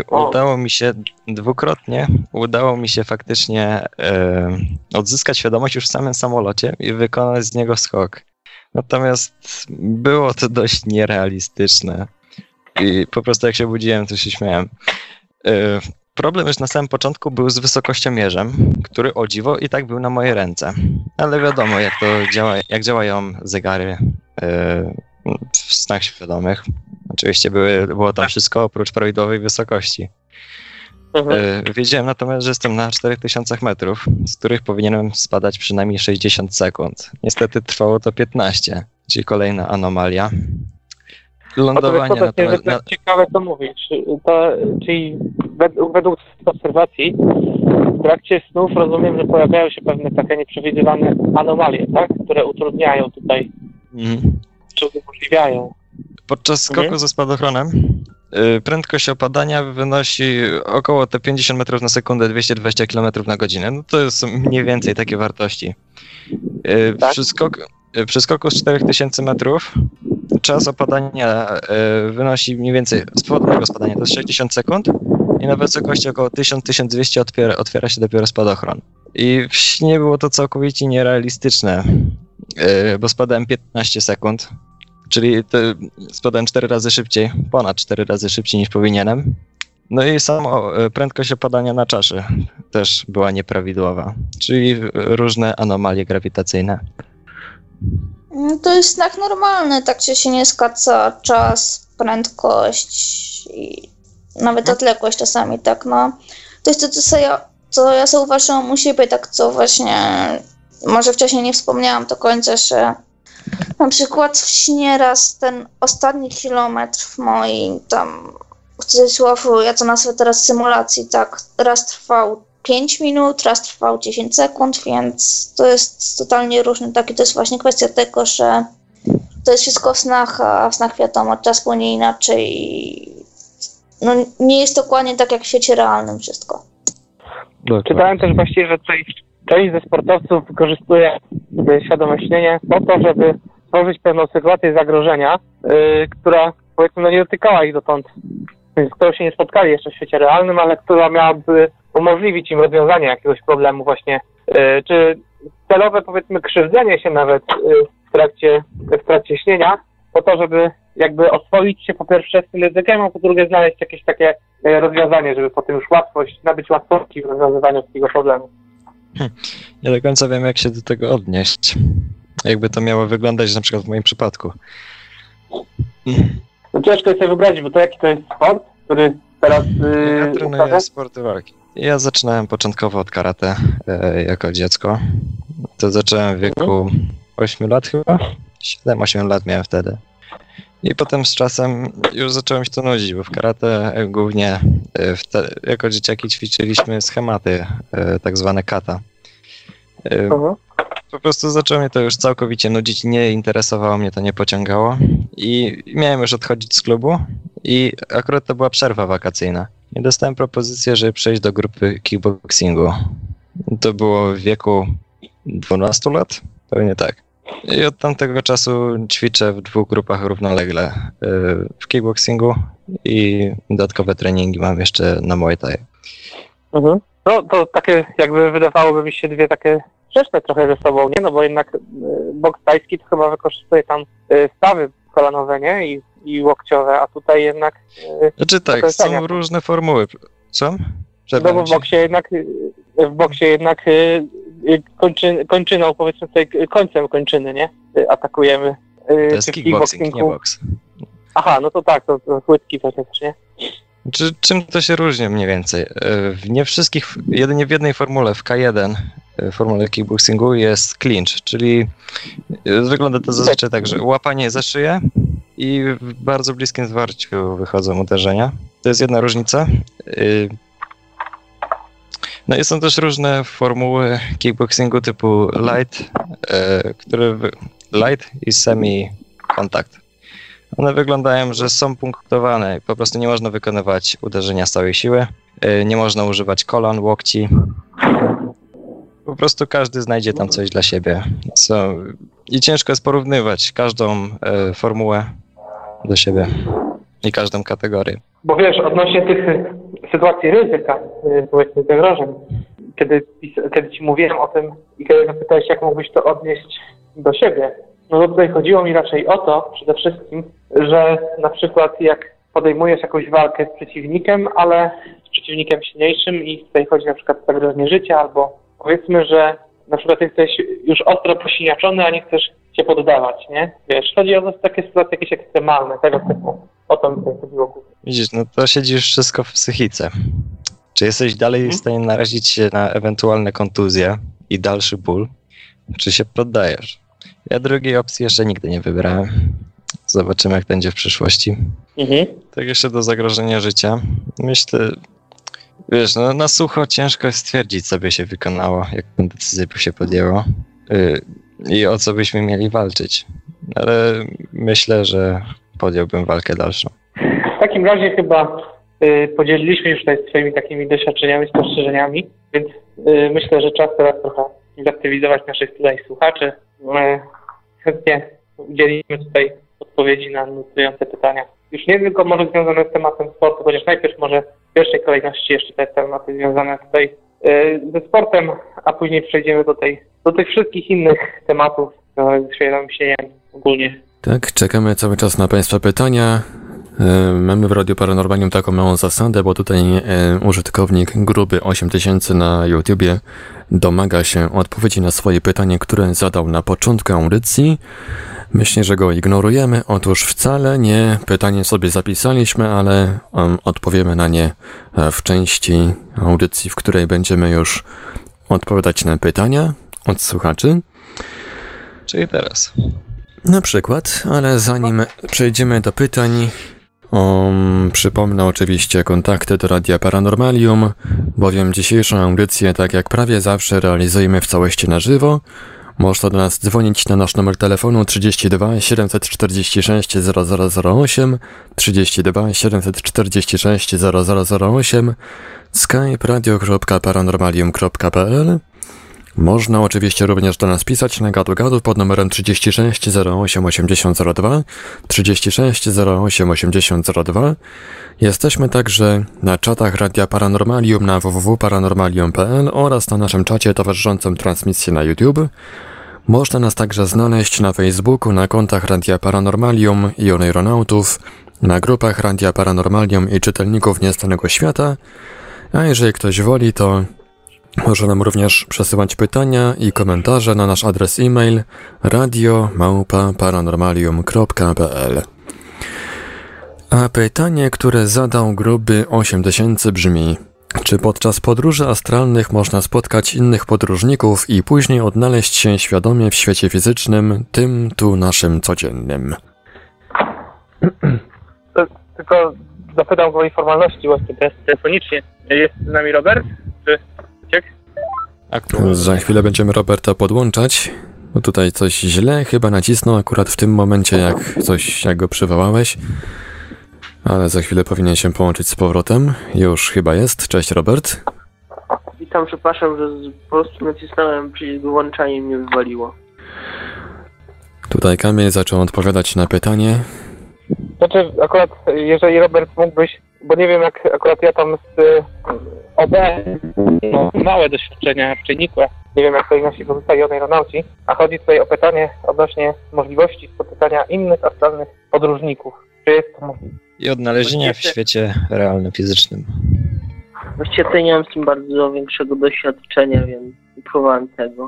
C: udało mi się faktycznie odzyskać świadomość już w samym samolocie i wykonać z niego skok. Natomiast było to dość nierealistyczne. I po prostu jak się budziłem, to się śmiałem. Problem już na samym początku był z wysokościomierzem, który o dziwo i tak był na moje ręce. Ale wiadomo, jak to działa, jak działają zegary w snach świadomych. Oczywiście było tam wszystko oprócz prawidłowej wysokości. Wiedziałem natomiast, że jestem na 4000 metrów, z których powinienem spadać przynajmniej 60 sekund. Niestety trwało to 15, czyli kolejna anomalia. Lądowanie
B: to jest ciekawe, co mówisz. Czyli według obserwacji w trakcie snów rozumiem, że pojawiają się pewne takie nieprzewidywane anomalie, tak? Które utrudniają tutaj, czy umożliwiają.
C: Podczas skoku ze spadochronem prędkość opadania wynosi około te 50 metrów na sekundę, 220 km na godzinę. No to są mniej więcej takie wartości.
B: Tak?
C: Przy skoku z 4000 metrów czas opadania wynosi mniej więcej, swobodnego spadania to jest 60 sekund i na wysokości około 1000-1200 otwiera się dopiero spadochron. I w śnie było to całkowicie nierealistyczne, bo spadałem 15 sekund. Czyli spadałem 4 razy szybciej, ponad 4 razy szybciej niż powinienem. No i samo prędkość opadania na czaszy też była nieprawidłowa, czyli różne anomalie grawitacyjne.
D: To jest tak normalne, tak się nie skraca czas, prędkość i nawet odległość czasami, tak no. To jest to, co ja zauważyłam u siebie, tak co właśnie, może wcześniej nie wspomniałam do końca, że na przykład w śnie raz ten ostatni kilometr w moim tam, w cudzysłowie, ja to nazwę teraz symulacji, tak, raz trwał 5 minut, raz trwał 10 sekund, więc to jest totalnie różne, tak, i to jest właśnie kwestia tego, że to jest wszystko w snach, a w snach wiadomo, czas płynie inaczej i no, nie jest dokładnie tak jak w świecie realnym wszystko.
B: Czytałem też właściwie, że część ze sportowców wykorzystuje świadome śnienie po to, żeby stworzyć pewną sytuację zagrożenia, która powiedzmy nie dotykała ich dotąd, z którą się nie spotkali jeszcze w świecie realnym, ale która miałaby umożliwić im rozwiązanie jakiegoś problemu właśnie, czy celowe powiedzmy krzywdzenie się nawet w trakcie śnienia, po to, żeby jakby oswoić się po pierwsze z tym językiem, a po drugie znaleźć jakieś takie rozwiązanie, żeby potem już nabyć łatwości w rozwiązywaniu takiego problemu.
C: Nie do końca wiem, jak się do tego odnieść. Jakby to miało wyglądać na przykład w moim przypadku.
B: No ciężko jest sobie wyobrazić, bo to jaki to jest sport, który teraz...
C: Ja trenuję sporty walki. Ja zaczynałem początkowo od karate jako dziecko. To zacząłem w wieku 8 lat chyba. 7-8 lat miałem wtedy. I potem z czasem już zacząłem się to nudzić, bo w karate głównie jako dzieciaki ćwiczyliśmy schematy, tak zwane kata. Po prostu zaczęło mnie to już całkowicie nudzić, nie interesowało mnie to, nie pociągało i miałem już odchodzić z klubu i akurat to była przerwa wakacyjna. I dostałem propozycję, żeby przejść do grupy kickboxingu. To było w wieku 12 lat, pewnie tak. I od tamtego czasu ćwiczę w 2 grupach równolegle. W kickboxingu i dodatkowe treningi mam jeszcze na Muay Thai.
B: No to takie jakby wydawałoby mi się dwie takie sprzeczne trochę ze sobą, nie? No bo jednak boks tajski to chyba wykorzystuje tam stawy kolanowe, nie? I łokciowe, a tutaj jednak...
C: Znaczy tak, są różne formuły. Co?
B: No bo w boksie jednak kończyną, powiedzmy tutaj końcem kończyny, nie? Atakujemy.
C: To jest kickboxing, nie boks.
B: Aha, no to tak, to płytki to też, nie?
C: Czym to się różni mniej więcej? Nie wszystkich, jedynie w jednej formule, w K1, formule kickboxingu jest clinch, czyli wygląda to zazwyczaj tak, że łapanie za szyję i w bardzo bliskim zwarciu wychodzą uderzenia. To jest jedna różnica. No i są też różne formuły kickboxingu typu light, light i semi-kontakt. One wyglądają, że są punktowane. Po prostu nie można wykonywać uderzenia z całej siły. Nie można używać kolan, łokci. Po prostu każdy znajdzie tam coś dla siebie. I ciężko jest porównywać każdą formułę do siebie i każdą kategorię.
B: Bo wiesz, odnośnie tych sytuacji ryzyka, powiedzmy zagrożeń, kiedy ci mówiłem o tym i kiedy zapytałeś, jak mógłbyś to odnieść do siebie, no to tutaj chodziło mi raczej o to przede wszystkim, że na przykład jak podejmujesz jakąś walkę z przeciwnikiem, ale przeciwnikiem silniejszym i tutaj chodzi na przykład o zagrożenie życia, albo powiedzmy, że na przykład jesteś już ostro posiniaczony, a nie chcesz się poddawać, nie? Wiesz, chodzi o takie sytuacje jakieś ekstremalne, tego typu. O to mi tutaj chodziło głównie.
C: Widzisz, no to siedzi już wszystko w psychice. Czy jesteś dalej w stanie narazić się na ewentualne kontuzje i dalszy ból, czy się poddajesz? Ja drugiej opcji jeszcze nigdy nie wybrałem. Zobaczymy, jak będzie w przyszłości. Tak jeszcze do zagrożenia życia. Myślę, wiesz, no na sucho ciężko jest stwierdzić, co by się wykonało, jaką decyzję by się podjęło i o co byśmy mieli walczyć. Ale myślę, że podjąłbym walkę dalszą.
B: W takim razie chyba podzieliliśmy już tutaj swoimi takimi doświadczeniami, spostrzeżeniami, więc myślę, że czas teraz trochę zaktywizować naszych tutaj słuchaczy. Chętnie udzielimy tutaj odpowiedzi na nurtujące pytania. Już nie tylko może związane z tematem sportu, chociaż najpierw może w pierwszej kolejności jeszcze te tematy związane tutaj ze sportem, a później przejdziemy do tych wszystkich innych tematów z świadomym śnieniem ogólnie.
A: Tak, czekamy cały czas na Państwa pytania. Mamy w Radiu Paranormalium taką małą zasadę, bo tutaj użytkownik gruby 8000 na YouTubie domaga się odpowiedzi na swoje pytanie, które zadał na początku audycji. Myślę, że go ignorujemy. Otóż wcale nie. Pytanie sobie zapisaliśmy, ale odpowiemy na nie w części audycji, w której będziemy już odpowiadać na pytania od słuchaczy.
C: Czyli teraz.
A: Na przykład, ale zanim przejdziemy do pytań, przypomnę oczywiście kontakty do Radia Paranormalium, bowiem dzisiejszą audycję, tak jak prawie zawsze, realizujemy w całości na żywo. Można do nas dzwonić na nasz numer telefonu 32 746 0008, 32 746 0008, skype radio.paranormalium.pl. Można oczywiście również do nas pisać na gadu pod numerem 36 08 8002, 36 08 8002. Jesteśmy także na czatach Radia Paranormalium na www.paranormalium.pl oraz na naszym czacie towarzyszącym transmisji na YouTube. Można nas także znaleźć na Facebooku, na kontach Radia Paranormalium i Oneironautów, na grupach Radia Paranormalium i Czytelników Nieznanego Świata, a jeżeli ktoś woli, to może nam również przesyłać pytania i komentarze na nasz adres e-mail radio@paranormalium.pl. A pytanie, które zadał gruby 8000 brzmi: czy podczas podróży astralnych można spotkać innych podróżników i później odnaleźć się świadomie w świecie fizycznym, tym tu naszym codziennym?
B: Tylko zapytam go o formalności właśnie teraz telefonicznie. Jest z nami Robert? Czy uciekł?
A: Za chwilę będziemy Roberta podłączać. Bo tutaj coś źle chyba nacisnął akurat w tym momencie, jak go przywołałeś. Ale za chwilę powinien się połączyć z powrotem. Już chyba jest. Cześć, Robert.
E: Witam, przepraszam, że po prostu nacisnąłem przycisk wyłączania i mnie wywaliło.
A: Tutaj Kamil zaczął odpowiadać na pytanie.
B: Znaczy, akurat jeżeli Robert mógłbyś, bo nie wiem jak akurat ja tam z OB, małe doświadczenia wczynikłe, nie wiem jak to nasi pozostali oneironauci, a chodzi tutaj o pytanie odnośnie możliwości spotykania innych astralnych podróżników. Czy jest to możliwe?
C: I odnalezienia w świecie realnym, fizycznym.
E: Właściwie tutaj nie mam z tym bardzo większego doświadczenia, więc nie próbowałem tego.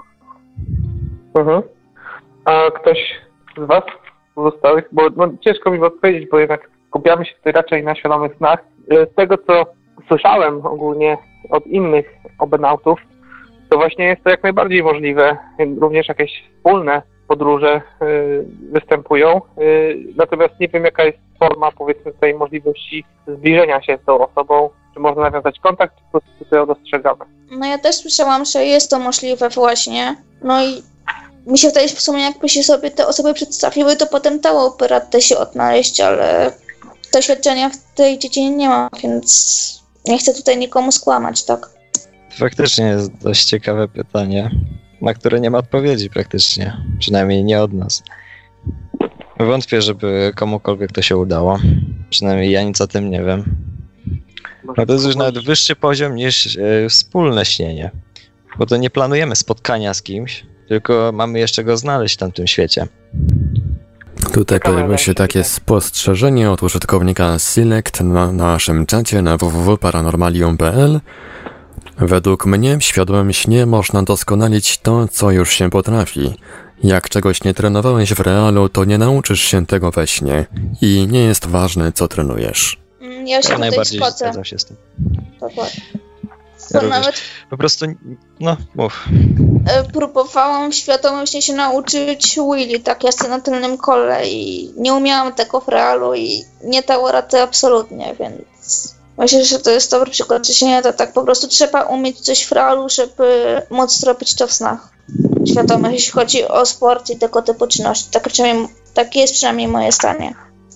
B: A ktoś z Was pozostałych, bo ciężko mi odpowiedzieć, bo jednak skupiamy się tutaj raczej na świadomych snach. Z tego co słyszałem ogólnie od innych obenautów, to właśnie jest to jak najbardziej możliwe. Również jakieś wspólne podróże występują. Natomiast nie wiem jaka jest forma, powiedzmy, tej możliwości zbliżenia się z tą osobą. Czy można nawiązać kontakt, czy po prostu to dostrzegamy?
D: No ja też słyszałam, że jest to możliwe właśnie. No i mi się wydaje, że w sumie jakby się sobie te osoby przedstawiły, to potem dałoby radę się odnaleźć, ale doświadczenia w tej dziedzinie nie mam, więc nie chcę tutaj nikomu skłamać, tak?
C: Faktycznie jest dość ciekawe pytanie, na które nie ma odpowiedzi praktycznie, przynajmniej nie od nas. Wątpię, żeby komukolwiek to się udało, przynajmniej ja nic o tym nie wiem. No to jest już nawet wyższy poziom niż wspólne śnienie, bo to nie planujemy spotkania z kimś, tylko mamy jeszcze go znaleźć w tamtym świecie.
A: Tutaj pojawiło się takie spostrzeżenie od użytkownika Select na naszym czacie na www.paranormalium.pl. Według mnie w świadomym śnie można doskonalić to, co już się potrafi. Jak czegoś nie trenowałeś w realu, to nie nauczysz się tego we śnie. I nie jest ważne, co trenujesz.
D: Ja się tutaj
C: najbardziej
D: zgodzę.
C: zgadzam się z tym.
D: Dokładnie.
C: Ja
D: To
C: również.
D: nawet
C: Po prostu, no, mów.
D: próbowałam w świadomym śnie się nauczyć Willy, tak jazdy na tylnym kole i nie umiałam tego w realu i nie dało rady absolutnie, więc myślę, że to jest dobry przykład, że się nie da tak, po prostu trzeba umieć coś w realu, żeby móc zrobić to w snach świadomych, jeśli chodzi o sport i tego typu czynności. Tak jest przynajmniej moje zdanie.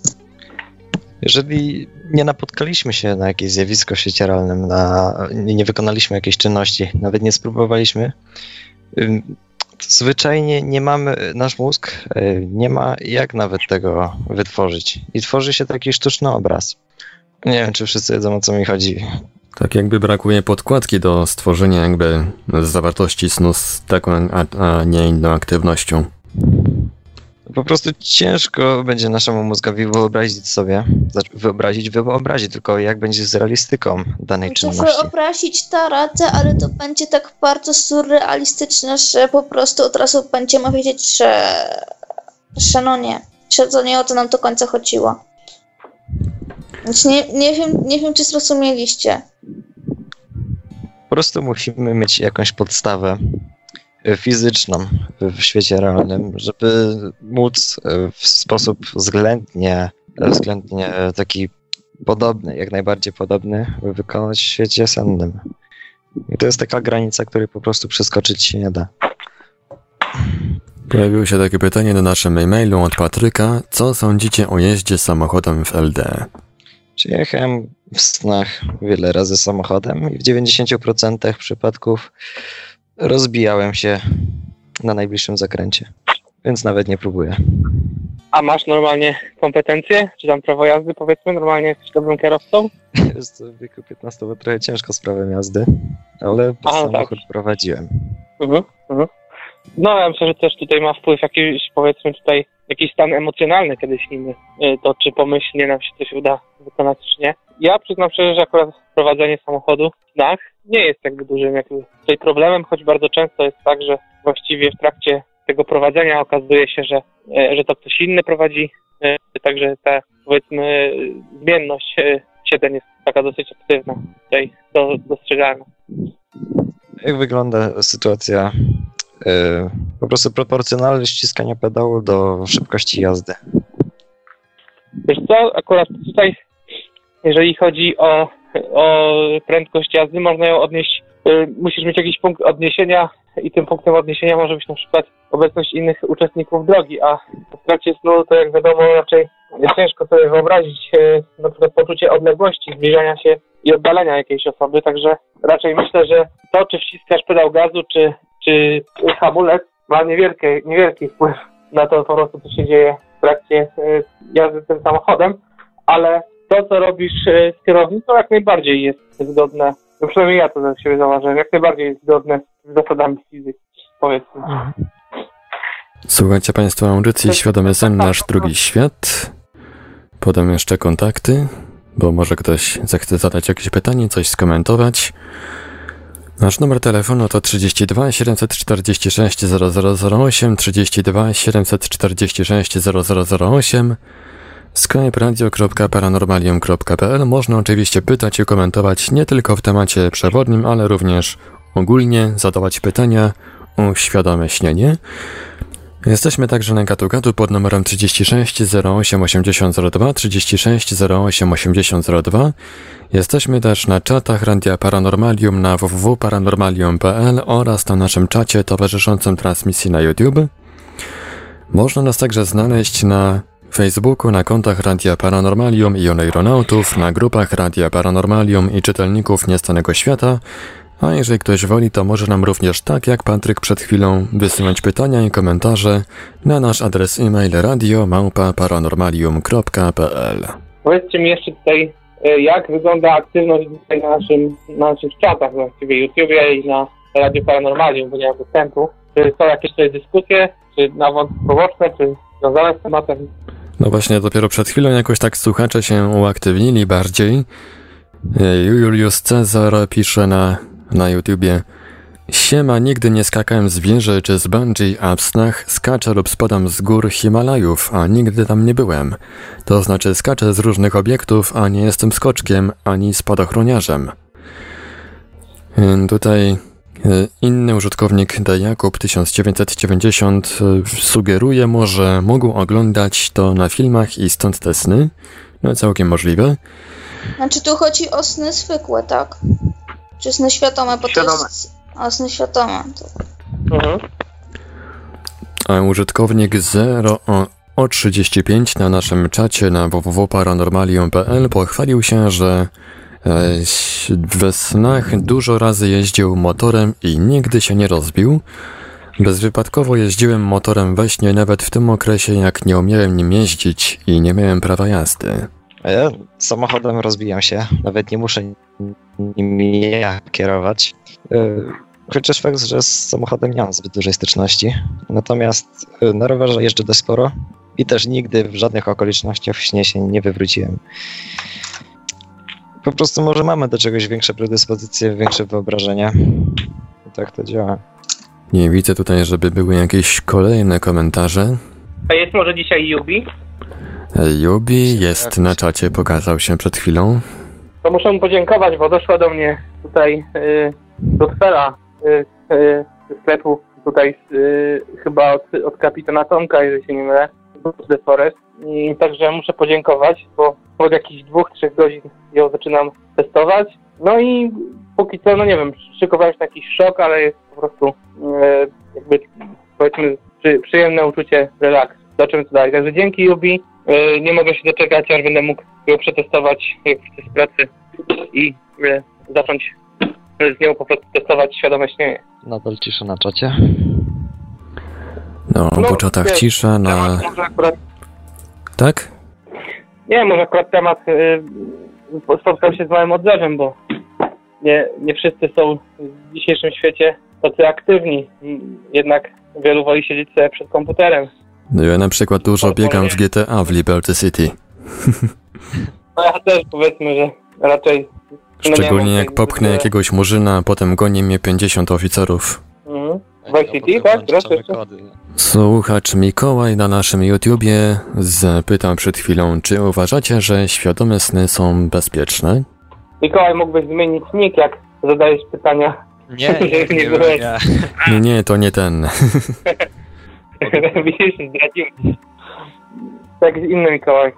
C: Jeżeli nie napotkaliśmy się na jakieś zjawisko w świecie realnym, nie wykonaliśmy jakiejś czynności, nawet nie spróbowaliśmy, to zwyczajnie nie mamy, nasz mózg nie ma jak nawet tego wytworzyć. I tworzy się taki sztuczny obraz. Nie wiem, czy wszyscy wiedzą, o co mi chodzi.
A: Tak jakby brakuje podkładki do stworzenia jakby zawartości snu z taką, a nie inną aktywnością.
C: Po prostu ciężko będzie naszemu mózgowi wyobrazić tylko jak będzie z realistyką danej czynności.
D: Wyobrazić da radę, ale to będzie tak bardzo surrealistyczne, że po prostu od razu będziemy wiedzieć, że no nie, że to nie o to nam do końca chodziło. Więc nie wiem, czy zrozumieliście.
C: Po prostu musimy mieć jakąś podstawę fizyczną w świecie realnym, żeby móc w sposób względnie taki podobny, jak najbardziej podobny, wykonać w świecie sennym. I to jest taka granica, której po prostu przeskoczyć się nie da.
A: Pojawiło się takie pytanie na naszym e-mailu od Patryka. Co sądzicie o jeździe samochodem w LD?
C: Jechałem w snach wiele razy samochodem i w 90% przypadków rozbijałem się na najbliższym zakręcie, więc nawet nie próbuję.
B: A masz normalnie kompetencje? Czy tam prawo jazdy, powiedzmy? Normalnie jesteś dobrym kierowcą?
C: Jest to w wieku 15 lat trochę ciężko z prawem jazdy, ale samochód prowadziłem.
B: No ja myślę, że też tutaj ma wpływ jakiś, powiedzmy tutaj, jakiś stan emocjonalny, kiedy śnimy. To czy pomyślnie nam się coś uda wykonać, czy nie. Ja przyznam szczerze, że akurat prowadzenie samochodu w snach nie jest jakby dużym jakby tutaj problemem, choć bardzo często jest tak, że właściwie w trakcie tego prowadzenia okazuje się, że to ktoś inny prowadzi. Także ta, powiedzmy, zmienność siedzeń jest taka dosyć aktywna. Tutaj to dostrzegamy.
C: Jak wygląda sytuacja po prostu proporcjonalność ściskania pedału do szybkości jazdy?
B: Wiesz co, akurat tutaj, jeżeli chodzi o prędkość jazdy, można ją odnieść, musisz mieć jakiś punkt odniesienia i tym punktem odniesienia może być na przykład obecność innych uczestników drogi, a w trakcie snu to jak wiadomo raczej ciężko sobie wyobrazić na przykład poczucie odległości, zbliżania się i oddalenia jakiejś osoby, także raczej myślę, że to czy wciskasz pedał gazu, czy hamulec ma niewielki wpływ na to po prostu, co się dzieje w trakcie jazdy tym samochodem, ale to, co robisz z kierownicą, jak najbardziej jest zgodne, no przynajmniej ja to za siebie zauważyłem, jak najbardziej jest zgodne z zasadami fizyki, powiedzmy.
A: Słuchajcie Państwo audycji Świadomy Sen, nasz drugi świat. Podam jeszcze kontakty, bo może ktoś zechce zadać jakieś pytanie, coś skomentować. Nasz numer telefonu to 32 746 0008, 32 746 0008, skype radio.paranormalium.pl. Można oczywiście pytać i komentować nie tylko w temacie przewodnim, ale również ogólnie, zadawać pytania o świadome śnienie. Jesteśmy także na Gadu pod numerem 36 08 8002, 36 08 8002. Jesteśmy też na czatach Radia Paranormalium na www.paranormalium.pl oraz na naszym czacie towarzyszącym transmisji na YouTube. Można nas także znaleźć na Facebooku, na kontach Radia Paranormalium i Oneironautów, na grupach Radia Paranormalium i Czytelników Niestanego Świata. A jeżeli ktoś woli, to może nam również, tak jak Patryk przed chwilą, wysyłać pytania i komentarze na nasz adres e-mail radio@paranormalium.pl.
B: Powiedzcie mi jeszcze tutaj, jak wygląda aktywność tutaj na naszych czatach, właściwie YouTubie i na Radio Paranormalium, bo nie mam dostępu. Czy są jakieś tutaj dyskusje, czy na wątki poboczne, czy związane z tematem.
A: No właśnie, dopiero przed chwilą jakoś tak słuchacze się uaktywnili bardziej. Julius Cezar pisze na YouTubie: Siema, nigdy nie skakałem z wieży czy z bungee, a w snach skaczę lub spadam z gór Himalajów, a nigdy tam nie byłem. To znaczy skaczę z różnych obiektów, a nie jestem skoczkiem ani spadochroniarzem. Tutaj inny użytkownik Jakub 1990 sugeruje mu, że mógł oglądać to na filmach i stąd te sny. No całkiem możliwe.
D: Znaczy tu chodzi o sny zwykłe, tak? Czy sny świadome, bo
B: Świadome.
D: to jest... A, sny świadome. To...
B: Mhm.
A: A użytkownik 0O35 na naszym czacie na www.paranormalium.pl pochwalił się, że we snach dużo razy jeździł motorem i nigdy się nie rozbił. Bezwypadkowo jeździłem motorem we śnie nawet w tym okresie, jak nie umiałem nim jeździć i nie miałem prawa jazdy.
C: A ja samochodem rozbijam się, nawet nie muszę nim ja kierować. Chociaż fakt, że z samochodem nie mam zbyt dużej styczności. Natomiast na rowerze jeżdżę dość sporo i też nigdy w żadnych okolicznościach w śnie się nie wywróciłem. Po prostu może mamy do czegoś większe predyspozycje, większe wyobrażenie. I tak to działa.
A: Nie widzę tutaj, żeby były jakieś kolejne komentarze.
B: A jest może dzisiaj Yubi?
A: Jubi jest na czacie, pokazał się przed chwilą.
B: To muszę mu podziękować, bo doszła do mnie tutaj do Tfela ze sklepu tutaj chyba od kapitana Tomka, jeżeli się nie mylę, z The Forest. I także muszę podziękować, bo od jakichś 2-3 godzin ją zaczynam testować. No i póki co, no nie wiem, szykowałem się na jakiś szok, ale jest po prostu jakby powiedzmy przyjemne uczucie relaksu. Zobaczymy co dalej. Także dzięki Yubi. Nie mogę się doczekać, aż będę mógł ją przetestować jak wrócę z pracy i zacząć z nią po prostu testować świadome śnienie.
C: Nadal cisza na czacie.
A: No, po czatach
B: nie,
A: cisza na...
B: Może akurat,
A: Tak?
B: nie, może akurat temat spotkał się z małym odzewem, bo nie wszyscy są w dzisiejszym świecie tacy aktywni. Jednak wielu woli siedzieć sobie przed komputerem.
A: No ja na przykład dużo biegam w GTA w Liberty City.
B: No ja też powiedzmy, że raczej...
A: Szczególnie jak popchnę jakiegoś murzyna, a potem goni mnie 50 oficerów.
B: Mhm. Vice City, tak? Teraz jeszcze?
A: Słuchacz Mikołaj na naszym YouTubie zapytał przed chwilą, czy uważacie, że świadome sny są bezpieczne?
B: Mikołaj, mógłbyś zmienić nick, jak zadajesz pytania.
C: Nie.
A: Nie, to nie ten.
B: Widzisz, zdradziłem. Tak, inny Mikołaj.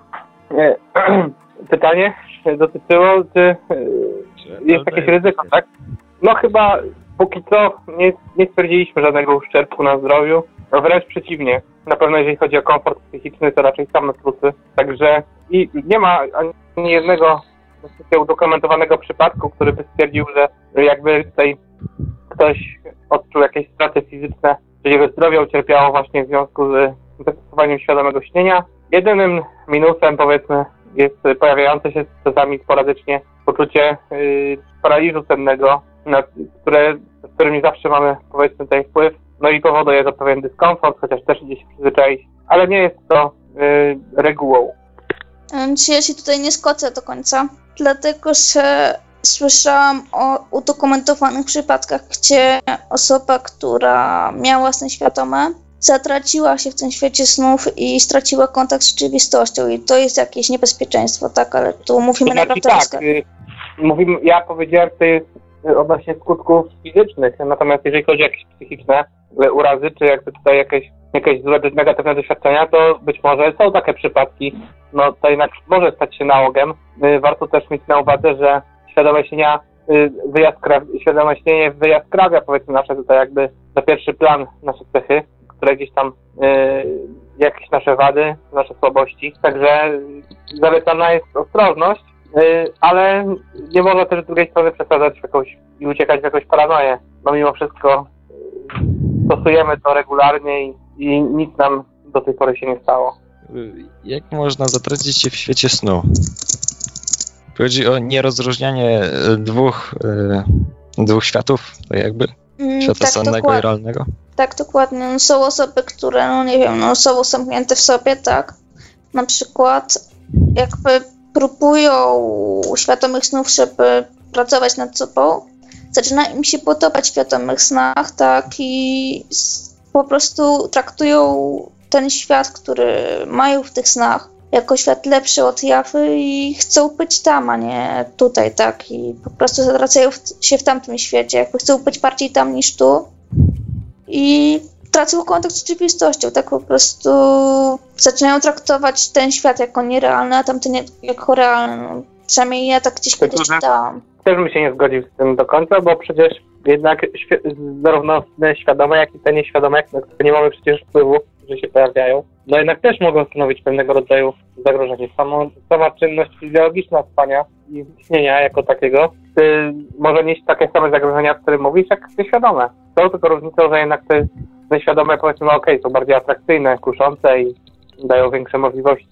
B: Pytanie dotyczyło, czy jest jakieś ryzyko, tak? No chyba póki co nie stwierdziliśmy żadnego uszczerbku na zdrowiu, a wręcz przeciwnie. Na pewno jeżeli chodzi o komfort psychiczny, to raczej same plusy. Także i nie ma ani jednego udokumentowanego przypadku, który by stwierdził, że jakby tutaj ktoś odczuł jakieś straty fizyczne, że jego zdrowie ucierpiało właśnie w związku z zastosowaniem świadomego śnienia. Jedynym minusem, powiedzmy, jest pojawiające się czasami sporadycznie poczucie paraliżu sennego, z którym nie zawsze mamy, powiedzmy, tutaj wpływ. No i powoduje to pewien dyskomfort, chociaż też idzie się przyzwyczaić, ale nie jest to regułą.
D: Czy ja się tutaj nie skoczę do końca, dlatego że słyszałam o udokumentowanych przypadkach, gdzie osoba, która miała sny świadome, zatraciła się w tym świecie snów i straciła kontakt z rzeczywistością i to jest jakieś niebezpieczeństwo, tak, ale tu mówimy naprawdę
B: tak, ja powiedziałem tutaj odnośnie skutków fizycznych, natomiast jeżeli chodzi o jakieś psychiczne urazy, czy jakby tutaj jakieś złe, negatywne doświadczenia, to być może są takie przypadki, no to jednak może stać się nałogiem. Warto też mieć na uwadze, że świadome śnienie wyjaskrawia, powiedzmy, nasze tutaj jakby na pierwszy plan nasze cechy, które gdzieś tam jakieś nasze wady, nasze słabości. Także zalecana jest ostrożność, ale nie można też z drugiej strony przesadzać i uciekać w jakąś paranoję. No mimo wszystko stosujemy to regularnie i nic nam do tej pory się nie stało.
C: Jak można zatracić się w świecie snu? Chodzi o nierozróżnianie dwóch światów, tak jakby? Świata sennego i realnego?
D: Tak, dokładnie. No, są osoby, które, no nie wiem, no, są zamknięte w sobie, tak? Na przykład jakby próbują świadomych snów, żeby pracować nad sobą. Zaczyna im się podobać w świadomych snach, tak? I po prostu traktują ten świat, który mają w tych snach, jako świat lepszy od jawy i chcą być tam, a nie tutaj, tak? I po prostu zwracają się w tamtym świecie, jakby chcą być bardziej tam niż tu i tracą kontakt z rzeczywistością, tak po prostu zaczynają traktować ten świat jako nierealny, a tamten jako realny. No, przynajmniej ja tak gdzieś kiedyś czytałam.
B: Też bym się nie zgodził z tym do końca, bo przecież jednak zarówno sny świadome, jak i te nieświadome, na które nie mamy przecież wpływu, że się pojawiają, no jednak też mogą stanowić pewnego rodzaju zagrożenie. Sama czynność fizjologiczna spania i śnienia jako takiego może nieść takie same zagrożenia, o których mówisz, jak nieświadome. Są tylko różnicą, że jednak te nieświadome, powiedzmy, są bardziej atrakcyjne, kuszące i dają większe możliwości.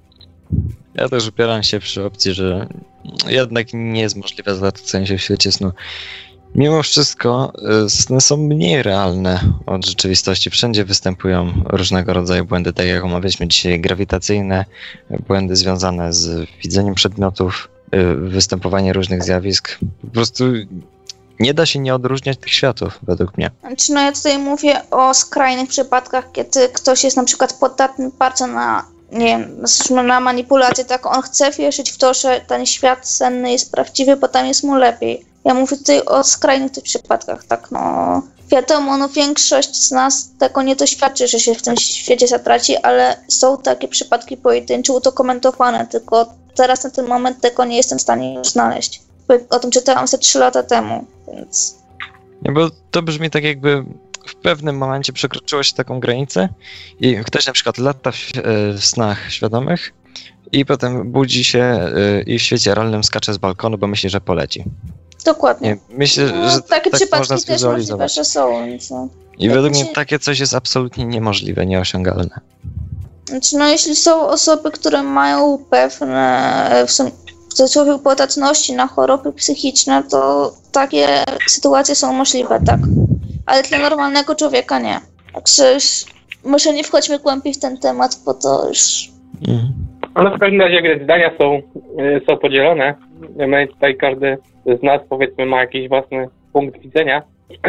C: Ja też upieram się przy opcji, że jednak nie jest możliwe zatracenie się w świecie snu. Mimo wszystko sny są mniej realne od rzeczywistości. Wszędzie występują różnego rodzaju błędy, tak jak omawialiśmy dzisiaj, grawitacyjne, błędy związane z widzeniem przedmiotów, występowanie różnych zjawisk. Po prostu nie da się nie odróżniać tych światów, według mnie.
D: Znaczy, no ja tutaj mówię o skrajnych przypadkach, kiedy ktoś jest na przykład podatny bardzo na, nie wiem, na manipulację, tak, on chce wierzyć w to, że ten świat senny jest prawdziwy, bo tam jest mu lepiej. Ja mówię tutaj o skrajnych tych przypadkach, tak, no. Wiadomo, no większość z nas tego nie doświadczy, że się w tym świecie zatraci, ale są takie przypadki pojedyncze, udokumentowane, tylko teraz na ten moment tego nie jestem w stanie już znaleźć. O tym czytałam ze 3 lata temu, więc...
C: Nie, bo to brzmi tak, jakby w pewnym momencie przekroczyło się taką granicę i ktoś na przykład lata w snach świadomych i potem budzi się i w świecie realnym skacze z balkonu, bo myśli, że poleci.
D: Dokładnie.
C: Nie, myślę,
D: no,
C: że
D: takie
C: tak
D: przypadki
C: można
D: też możliwe,
C: zwizualizować.
D: że są, więc no.
C: I według mnie takie coś jest absolutnie niemożliwe, nieosiągalne.
D: Znaczy, no jeśli są osoby, które mają pewne w cudzysłowie podatności na choroby psychiczne, to takie sytuacje są możliwe, tak. Ale dla normalnego człowieka nie. Także już może nie wchodźmy głębiej w ten temat, bo to już...
B: No w każdym razie zdania są podzielone. Tutaj każdy z nas, powiedzmy, ma jakiś własny punkt widzenia.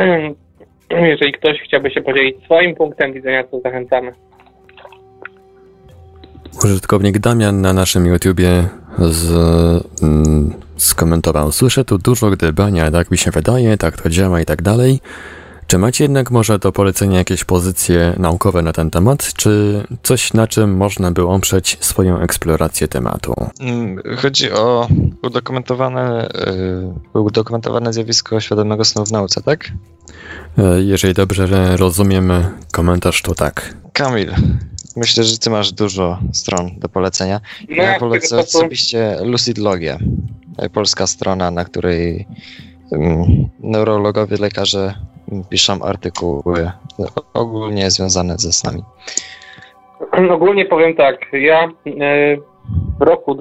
B: Jeżeli ktoś chciałby się podzielić swoim punktem widzenia, to zachęcamy.
A: Użytkownik Damian na naszym YouTubie skomentował: słyszę tu dużo gdybania, tak mi się wydaje, tak to działa i tak dalej. Czy macie jednak może do polecenia jakieś pozycje naukowe na ten temat, czy coś, na czym można by oprzeć swoją eksplorację tematu?
C: Chodzi o udokumentowane zjawisko świadomego snu w nauce, tak?
A: Jeżeli dobrze rozumiem komentarz, to tak.
C: Kamil, myślę, że ty masz dużo stron do polecenia.
B: No,
C: Ja polecę osobiście Lucidlogię, polska strona, na której neurologowie, lekarze piszą artykuły ogólnie związane ze snami.
B: Ogólnie powiem tak, ja w roku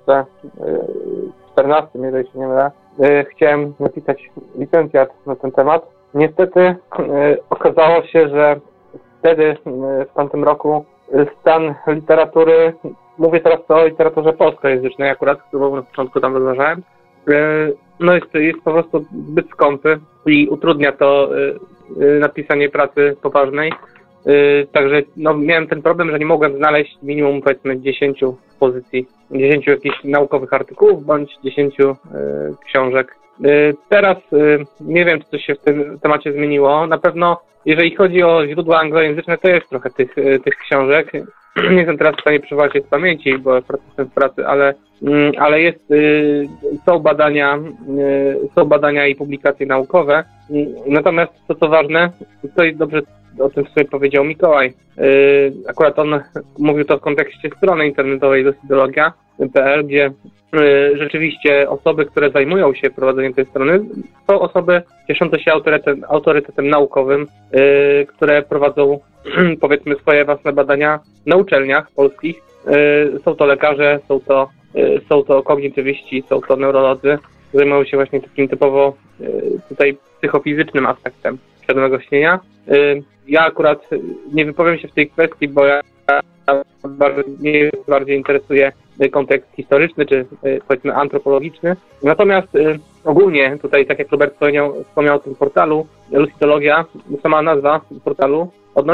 B: 2014, jeżeli się nie mylę, chciałem napisać licencjat na ten temat. Niestety okazało się, że wtedy, w tamtym roku, stan literatury, mówię teraz o literaturze polskojęzycznej akurat, którą na początku tam rozważałem, no jest po prostu zbyt skąpy i utrudnia to napisanie pracy poważnej. Także no, miałem ten problem, że nie mogłem znaleźć minimum, powiedzmy, 10 pozycji, 10 jakichś naukowych artykułów bądź 10 książek. Teraz nie wiem, czy coś się w tym temacie zmieniło. Na pewno, jeżeli chodzi o źródła anglojęzyczne, to jest trochę tych książek. Nie jestem teraz w stanie przywołać je z pamięci, bo jestem w pracy, ale są badania i publikacje naukowe. Natomiast to, co ważne, to jest dobrze, o tym sobie powiedział Mikołaj. Akurat on mówił to w kontekście strony internetowej lucidologia.pl, gdzie rzeczywiście osoby, które zajmują się prowadzeniem tej strony, są osoby cieszące się autorytetem naukowym, które prowadzą, powiedzmy, swoje własne badania na uczelniach polskich. Są to lekarze, są to kognitywiści, są to neurolodzy, zajmują się właśnie takim typowo tutaj psychofizycznym aspektem. świadomego śnienia. Ja akurat nie wypowiem się w tej kwestii, bo mnie bardziej interesuje kontekst historyczny, czy powiedzmy antropologiczny. Natomiast ogólnie tutaj, tak jak Robert wspomniał o tym portalu, Lucidologia, sama nazwa portalu,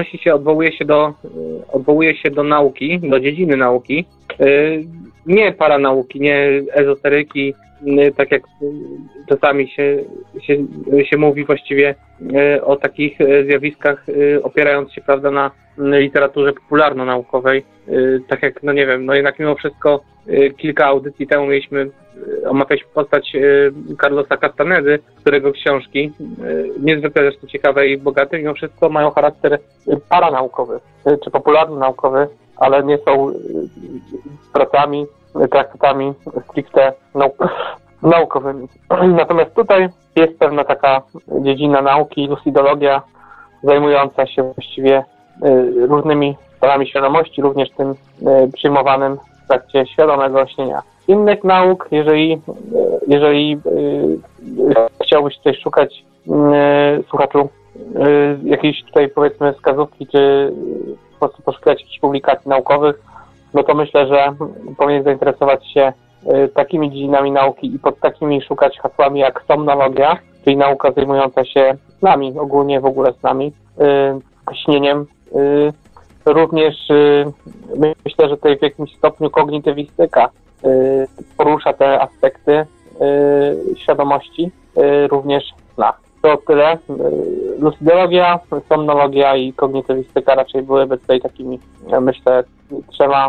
B: odwołuje się do nauki, do dziedziny nauki, nie paranauki, nie ezoteryki, tak jak czasami się mówi właściwie o takich zjawiskach, opierając się, prawda, na literaturze popularno-naukowej, tak jak, no nie wiem, no jednak mimo wszystko kilka audycji temu omawialiśmy postać Carlosa Castanedy, którego książki, niezwykle zresztą ciekawe i bogate, mimo wszystko mają charakter paranaukowy, czy popularno-naukowy, ale nie są pracami, traktatami stricte naukowymi. Natomiast tutaj jest pewna taka dziedzina nauki, lucidologia, zajmująca się właściwie różnymi stanami świadomości, również tym przyjmowanym w trakcie świadomego śnienia. Innych nauk, jeżeli chciałbyś coś szukać, słuchaczu, jakiejś tutaj powiedzmy wskazówki, czy po prostu poszukać jakichś publikacji naukowych, no to myślę, że powinien zainteresować się takimi dziedzinami nauki i pod takimi szukać hasłami jak somnologia, czyli nauka zajmująca się snami, ogólnie w ogóle snami, śnieniem. Również myślę, że tutaj w jakimś stopniu kognitywistyka porusza te aspekty świadomości, również w snach. To tyle. Lucidologia, somnologia i kognitywistyka raczej byłyby tutaj takimi, myślę, trzema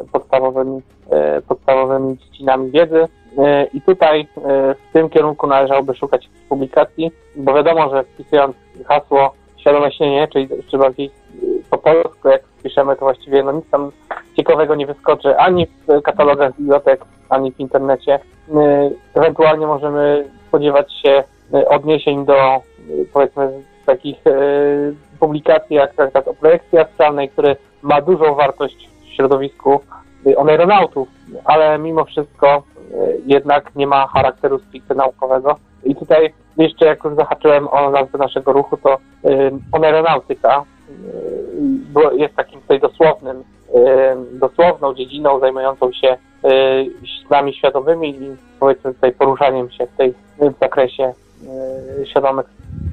B: podstawowymi dziedzinami wiedzy. I tutaj w tym kierunku należałoby szukać publikacji, bo wiadomo, że wpisując hasło świadome śnienie, czyli bardziej po polsku, jak piszemy, to właściwie no nic tam ciekawego nie wyskoczy ani w katalogach bibliotek, ani w internecie. Ewentualnie możemy spodziewać się odniesień do, powiedzmy, takich publikacji jak traktat o projekcji astralnej, który ma dużą wartość w środowisku oneironautów, ale mimo wszystko jednak nie ma charakteru stricte naukowego. I tutaj jeszcze, jak już zahaczyłem o nazwę naszego ruchu, to oneironautyka jest takim tutaj dosłowną dziedziną zajmującą się snami świadomymi i powiedzmy tutaj poruszaniem się w zakresie świadomych.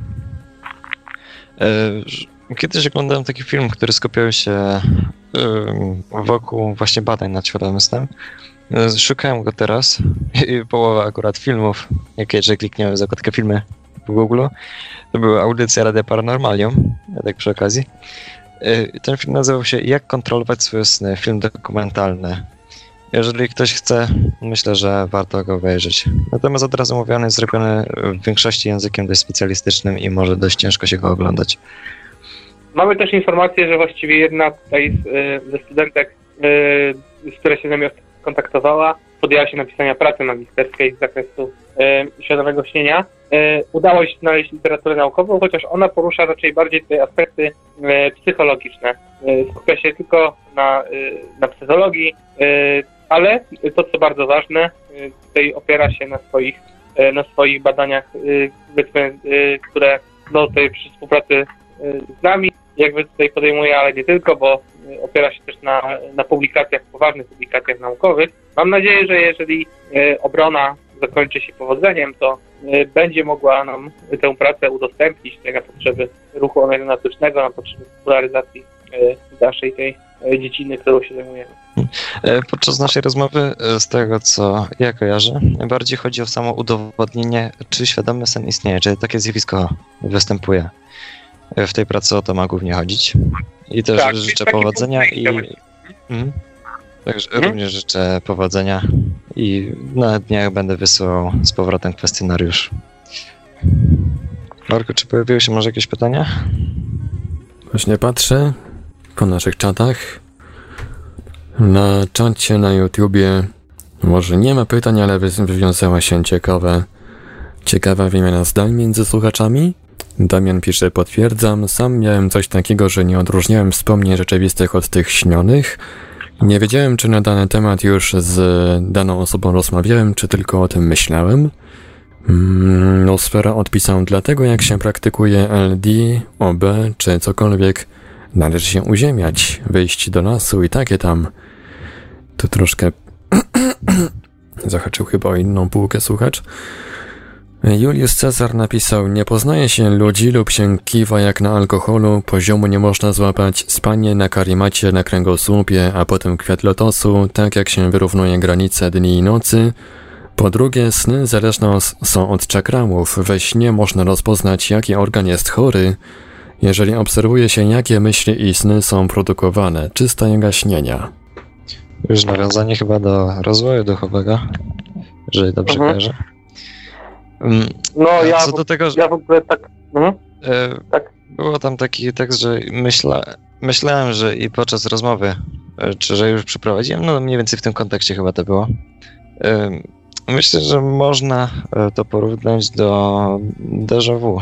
C: Kiedyś oglądałem taki film, który skupiał się wokół właśnie badań nad świadomym snem. Szukałem go teraz i połowa akurat filmów, jeżeli klikniemy w zakładkę filmy w Google, to była audycja Radia Paranormalium, tak przy okazji. Ten film nazywał się Jak kontrolować swoje sny, film dokumentalny. Jeżeli ktoś chce, myślę, że warto go obejrzeć. Natomiast od razu mówiony jest zrobiony w większości językiem dość specjalistycznym i może dość ciężko się go oglądać.
B: Mamy też informację, że właściwie jedna tutaj ze studentek, która się z nami kontaktowała, podjęła się napisania pracy magisterskiej z zakresu świadomego śnienia. Udało się znaleźć literaturę naukową, chociaż ona porusza raczej bardziej te aspekty psychologiczne. Skupia się tylko na psychologii, ale to, co bardzo ważne, tutaj opiera się na swoich badaniach, które tutaj przy współpracy z nami jakby tutaj podejmuje, ale nie tylko, bo opiera się też na publikacjach, poważnych publikacjach naukowych. Mam nadzieję, że jeżeli obrona zakończy się powodzeniem, to będzie mogła nam tę pracę udostępnić na potrzeby ruchu oneironautycznego, na potrzeby popularyzacji dalszej tej dziedziny, którą się zajmujemy.
C: Podczas naszej rozmowy, z tego co ja kojarzę, najbardziej chodzi o samo udowodnienie, czy świadomy sen istnieje, czy takie zjawisko występuje. W tej pracy o to ma głównie chodzić. I też tak, życzę powodzenia także również życzę powodzenia i na dniach będę wysyłał z powrotem kwestionariusz. Marku, czy pojawiły się może jakieś pytania?
A: Właśnie patrzę po naszych czatach. Na czacie na YouTubie może nie ma pytań, ale wywiązała się ciekawa wymiana zdań między słuchaczami. Damian pisze, potwierdzam, sam miałem coś takiego, że nie odróżniałem wspomnień rzeczywistych od tych śnionych. Nie wiedziałem, czy na dany temat już z daną osobą rozmawiałem, czy tylko o tym myślałem. Nosfera odpisał, dlatego jak się praktykuje LD, OB czy cokolwiek, należy się uziemiać, wyjść do lasu i takie tam. Tu troszkę zahaczył chyba o inną półkę słuchacz. Juliusz Cezar napisał, nie poznaje się ludzi lub się kiwa jak na alkoholu, poziomu nie można złapać, spanie na karimacie na kręgosłupie, a potem kwiat lotosu, tak jak się wyrównuje granice dni i nocy. Po drugie, sny zależne są od czakramów. We śnie można rozpoznać, jaki organ jest chory, jeżeli obserwuje się, jakie myśli i sny są produkowane. Czysta jaśnienia.
C: Już nawiązanie chyba do rozwoju duchowego, jeżeli dobrze kojarzę.
B: No
C: Co do tego, że
B: ja w ogóle tak... tak.
C: Było tam taki tekst, że myślałem, że i podczas rozmowy, czy że już przeprowadziłem, no mniej więcej w tym kontekście chyba to było. Myślę, że można to porównać do déjà vu.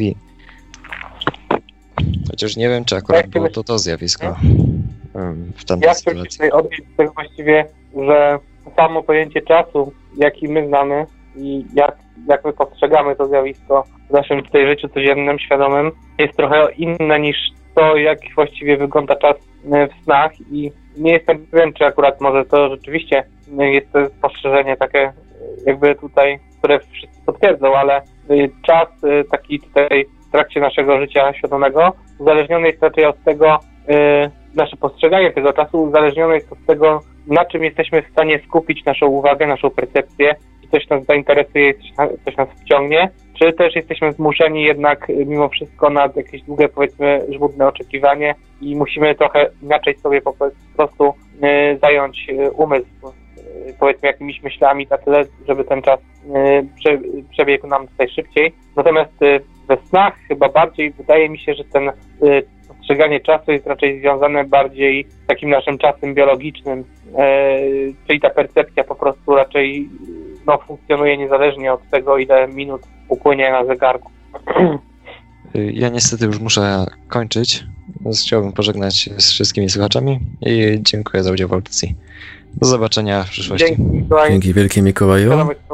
C: Chociaż nie wiem, czy akurat było to zjawisko w tamtej
B: Ja
C: sytuacji.
B: chcę tutaj odnieść do tego właściwie, że samo pojęcie czasu, jaki my znamy i jak my postrzegamy to zjawisko w naszym tutaj życiu codziennym, świadomym, jest trochę inne niż to, jak właściwie wygląda czas w snach i nie jestem pewien, czy akurat może to rzeczywiście jest to spostrzeżenie takie jakby tutaj, które wszyscy potwierdzą, ale czas taki tutaj w trakcie naszego życia świadomego uzależniony jest raczej od tego, nasze postrzeganie tego czasu uzależnione jest od tego, na czym jesteśmy w stanie skupić naszą uwagę, naszą percepcję, czy coś nas zainteresuje, coś nas wciągnie, czy też jesteśmy zmuszeni jednak mimo wszystko na jakieś długie, powiedzmy, żmudne oczekiwanie i musimy trochę inaczej sobie po prostu zająć umysł, powiedzmy, jakimiś myślami na tyle, żeby ten czas przebiegł nam tutaj szybciej. Natomiast we snach chyba bardziej wydaje mi się, że ten postrzeganie czasu jest raczej związane bardziej z takim naszym czasem biologicznym, czyli ta percepcja po prostu raczej funkcjonuje niezależnie od tego, ile minut upłynie na zegarku.
C: Ja niestety już muszę kończyć. Chciałbym pożegnać się z wszystkimi słuchaczami i dziękuję za udział w audycji. Do zobaczenia w przyszłości.
B: Dzięki, Mikołaj.
A: Dzięki wielkie Mikołaju.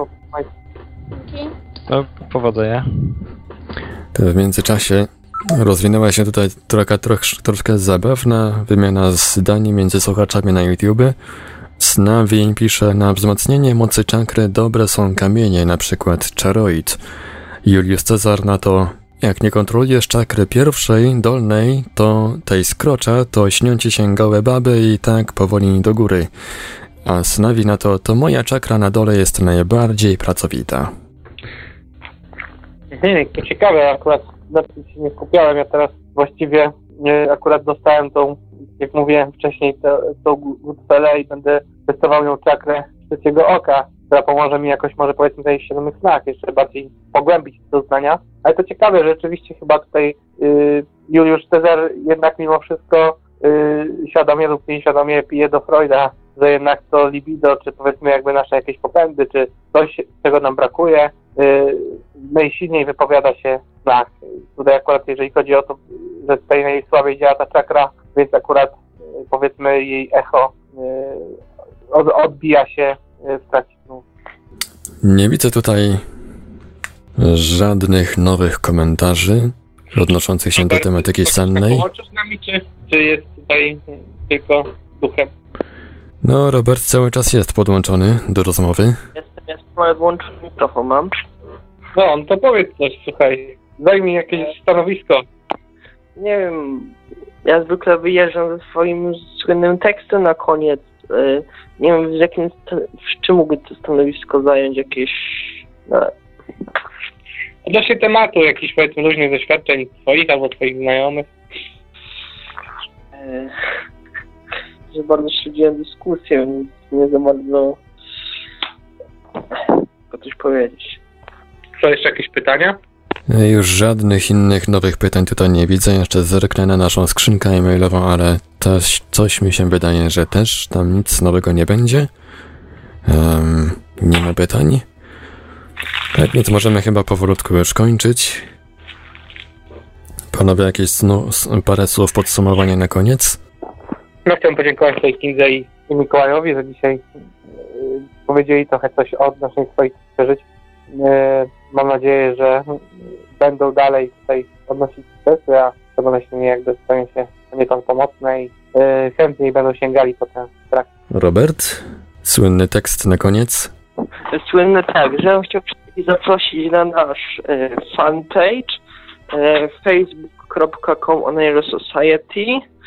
C: No, powodzenia.
A: To w międzyczasie rozwinęła się tutaj troszkę zabawna wymiana zdań między słuchaczami na YouTube. Snawi pisze, na wzmocnienie mocy czakry dobre są kamienie, na przykład czaroid. Juliusz Cezar na to, jak nie kontrolujesz czakry pierwszej, dolnej, to tej skrocza, to śnią ci się gołe baby i tak powoli do góry. A Snawi na to moja czakra na dole jest najbardziej pracowita.
B: To ciekawe, akurat na tym się nie skupiałem. Ja teraz właściwie akurat dostałem tą, jak mówiłem wcześniej, tą gutfelę i będę testował ją czakrę trzeciego oka, która pomoże mi jakoś może powiedzmy w świadomych snach jeszcze bardziej pogłębić te doznania. Ale to ciekawe, że rzeczywiście chyba tutaj Juliusz Cezar jednak mimo wszystko świadomie lub nieświadomie pije do Freuda, że jednak to libido, czy powiedzmy jakby nasze jakieś popędy, czy coś, czego nam brakuje, najsilniej wypowiada się w snach. Tutaj akurat jeżeli chodzi o to, że tutaj najsłabiej działa ta czakra, więc akurat powiedzmy jej echo odbija się w trakcie snu.
A: Nie widzę tutaj żadnych nowych komentarzy odnoszących się do tematyki sennej.
B: Połączysz z nami, czy jest tutaj tylko duchem?
A: No, Robert cały czas jest podłączony do rozmowy.
E: Jestem, ale włączony mikrofon mam.
B: No, to powiedz coś, słuchaj. Daj mi jakieś stanowisko.
E: Nie wiem, ja zwykle wyjeżdżam ze swoim słynnym tekstem na koniec. Nie wiem, w czym mógłby to stanowisko zająć, jakieś...
B: Odnośnie tematu, jakichś powiedzmy luźnych doświadczeń twoich albo twoich znajomych.
E: Że bardzo śledziłem dyskusję, więc nie za bardzo coś powiedzieć.
B: Są jeszcze jakieś pytania?
A: Już żadnych innych nowych pytań tutaj nie widzę. Jeszcze zerknę na naszą skrzynkę e-mailową, ale też coś mi się wydaje, że też tam nic nowego nie będzie. Nie ma pytań. Tak więc możemy chyba powolutku już kończyć. Panowie, jakieś parę słów podsumowania na koniec?
B: No, chciałem podziękować tutaj Kindze i Mikołajowi, że dzisiaj powiedzieli trochę coś o odnośnie swoich przeżyć. mam nadzieję, że będą dalej tutaj odnosić sukcesy, a w szczególności mnie jakby stają się poniekąd pomocne i chętniej będą sięgali po ten traktat.
A: Robert, słynny tekst na koniec.
E: Słynny tak, że bym chciał wszystkich zaprosić na nasz fanpage facebook.com Oneiro Society.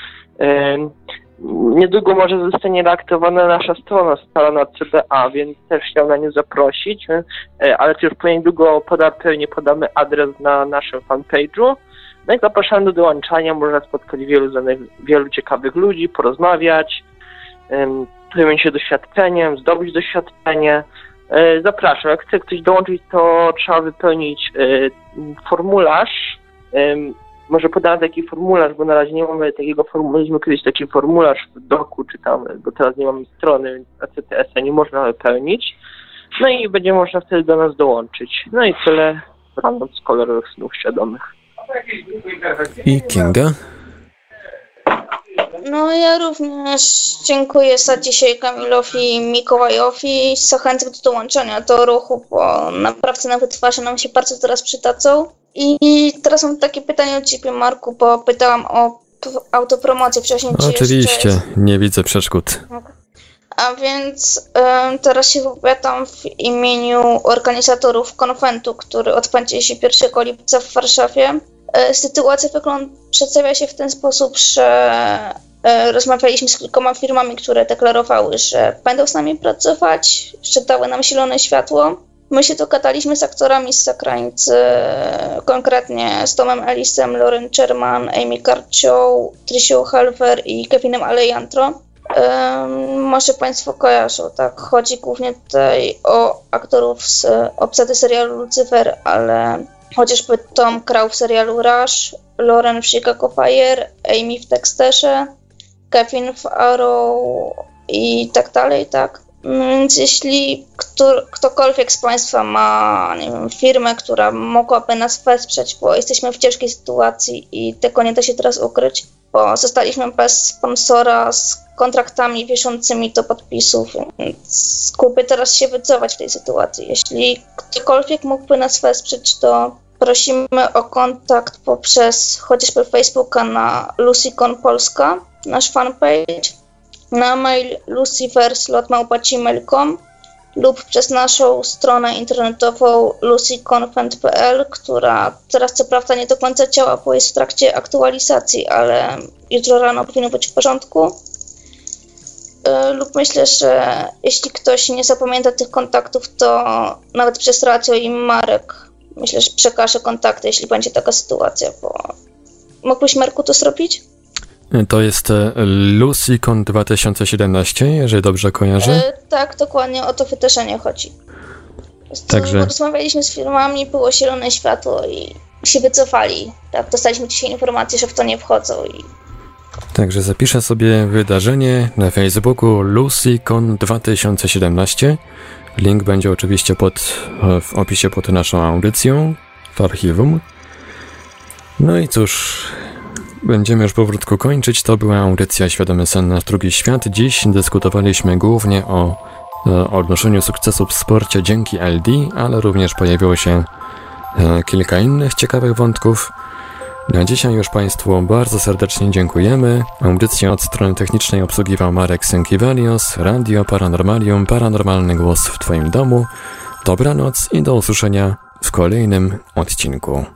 E: Niedługo może zostanie reaktywowana nasza strona CDA, więc też chciał na nią zaprosić, ale to już po niedługo pewnie podamy adres na naszym fanpage'u. No i zapraszam do dołączania, można spotkać wielu ciekawych ludzi, porozmawiać, zająć się doświadczeniem, zdobyć doświadczenie. Zapraszam, jak chce ktoś dołączyć, to trzeba wypełnić formularz. Może podam taki formularz, bo na razie nie mamy takiego formularza. Mieliśmy kiedyś taki formularz w doku, czy tam, bo teraz nie mamy strony, więc ACTS-a nie można wypełnić. No i będzie można wtedy do nas dołączyć. No i tyle z kolorowych snów świadomych.
A: I Kinga?
D: No ja również dziękuję za dzisiaj Kamilowi i Mikołajowi. Zachęcam do dołączenia do ruchu, bo naprawdę na wytwarze nam się bardzo teraz przydadzą. I teraz mam takie pytanie od Ciebie, Marku, bo pytałam o autopromocję wcześniej.
A: Oczywiście, nie widzę przeszkód.
D: A więc teraz się wypowiadam w imieniu organizatorów konwentu, który odbędzie się 1 lipca w Warszawie. Sytuacja przedstawia się w ten sposób, że rozmawialiśmy z kilkoma firmami, które deklarowały, że będą z nami pracować, że dały nam zielone światło. My się dogadaliśmy z aktorami z zagranicy, konkretnie z Tomem Ellisem, Lauren Sherman, Amy Carchow, Tricią Helfer i Kevinem Alejandro. Może Państwo kojarzą, tak? Chodzi głównie tutaj o aktorów z obsady serialu Lucifer, ale chociażby Tom Crow w serialu Rush, Lauren w Chicago Fire, Amy w Dexterze, Kevin w Arrow i tak dalej, tak? Więc jeśli ktokolwiek z Państwa ma, nie wiem, firmę, która mogłaby nas wesprzeć, bo jesteśmy w ciężkiej sytuacji i tego nie da się teraz ukryć, bo zostaliśmy bez sponsora z kontraktami wiszącymi do podpisów, więc kupię teraz się wycofać w tej sytuacji. Jeśli ktokolwiek mógłby nas wesprzeć, to prosimy o kontakt poprzez chociażby Facebooka na LucyCon Polska, nasz fanpage, na mail lucifer@gmail.com lub przez naszą stronę internetową lucyconfent.pl, która teraz co prawda nie do końca działa, bo jest w trakcie aktualizacji, ale jutro rano powinno być w porządku. Lub myślę, że jeśli ktoś nie zapamięta tych kontaktów, to nawet przez Radio i Marek, myślę, że przekaże kontakty, jeśli będzie taka sytuacja, bo mógłbyś, Marku, to zrobić?
A: To jest LucyCon 2017, jeżeli dobrze kojarzę.
D: Tak, dokładnie o to wydarzenie chodzi.
A: Także
D: rozmawialiśmy z firmami, było zielone światło i się wycofali. Tak, dostaliśmy dzisiaj informację, że w to nie wchodzą.
A: Także zapiszę sobie wydarzenie na Facebooku LucyCon 2017. Link będzie oczywiście w opisie pod naszą audycją w archiwum. No i cóż, będziemy już powolutku kończyć. To była audycja Świadomy Sen, Nasz Drugi Świat. Dziś dyskutowaliśmy głównie o odnoszeniu sukcesów w sporcie dzięki LD, ale również pojawiło się kilka innych ciekawych wątków. Na dzisiaj już Państwu bardzo serdecznie dziękujemy. Audycję od strony technicznej obsługiwał Marek Sękiewelios, Radio Paranormalium, paranormalny głos w Twoim domu. Dobranoc i do usłyszenia w kolejnym odcinku.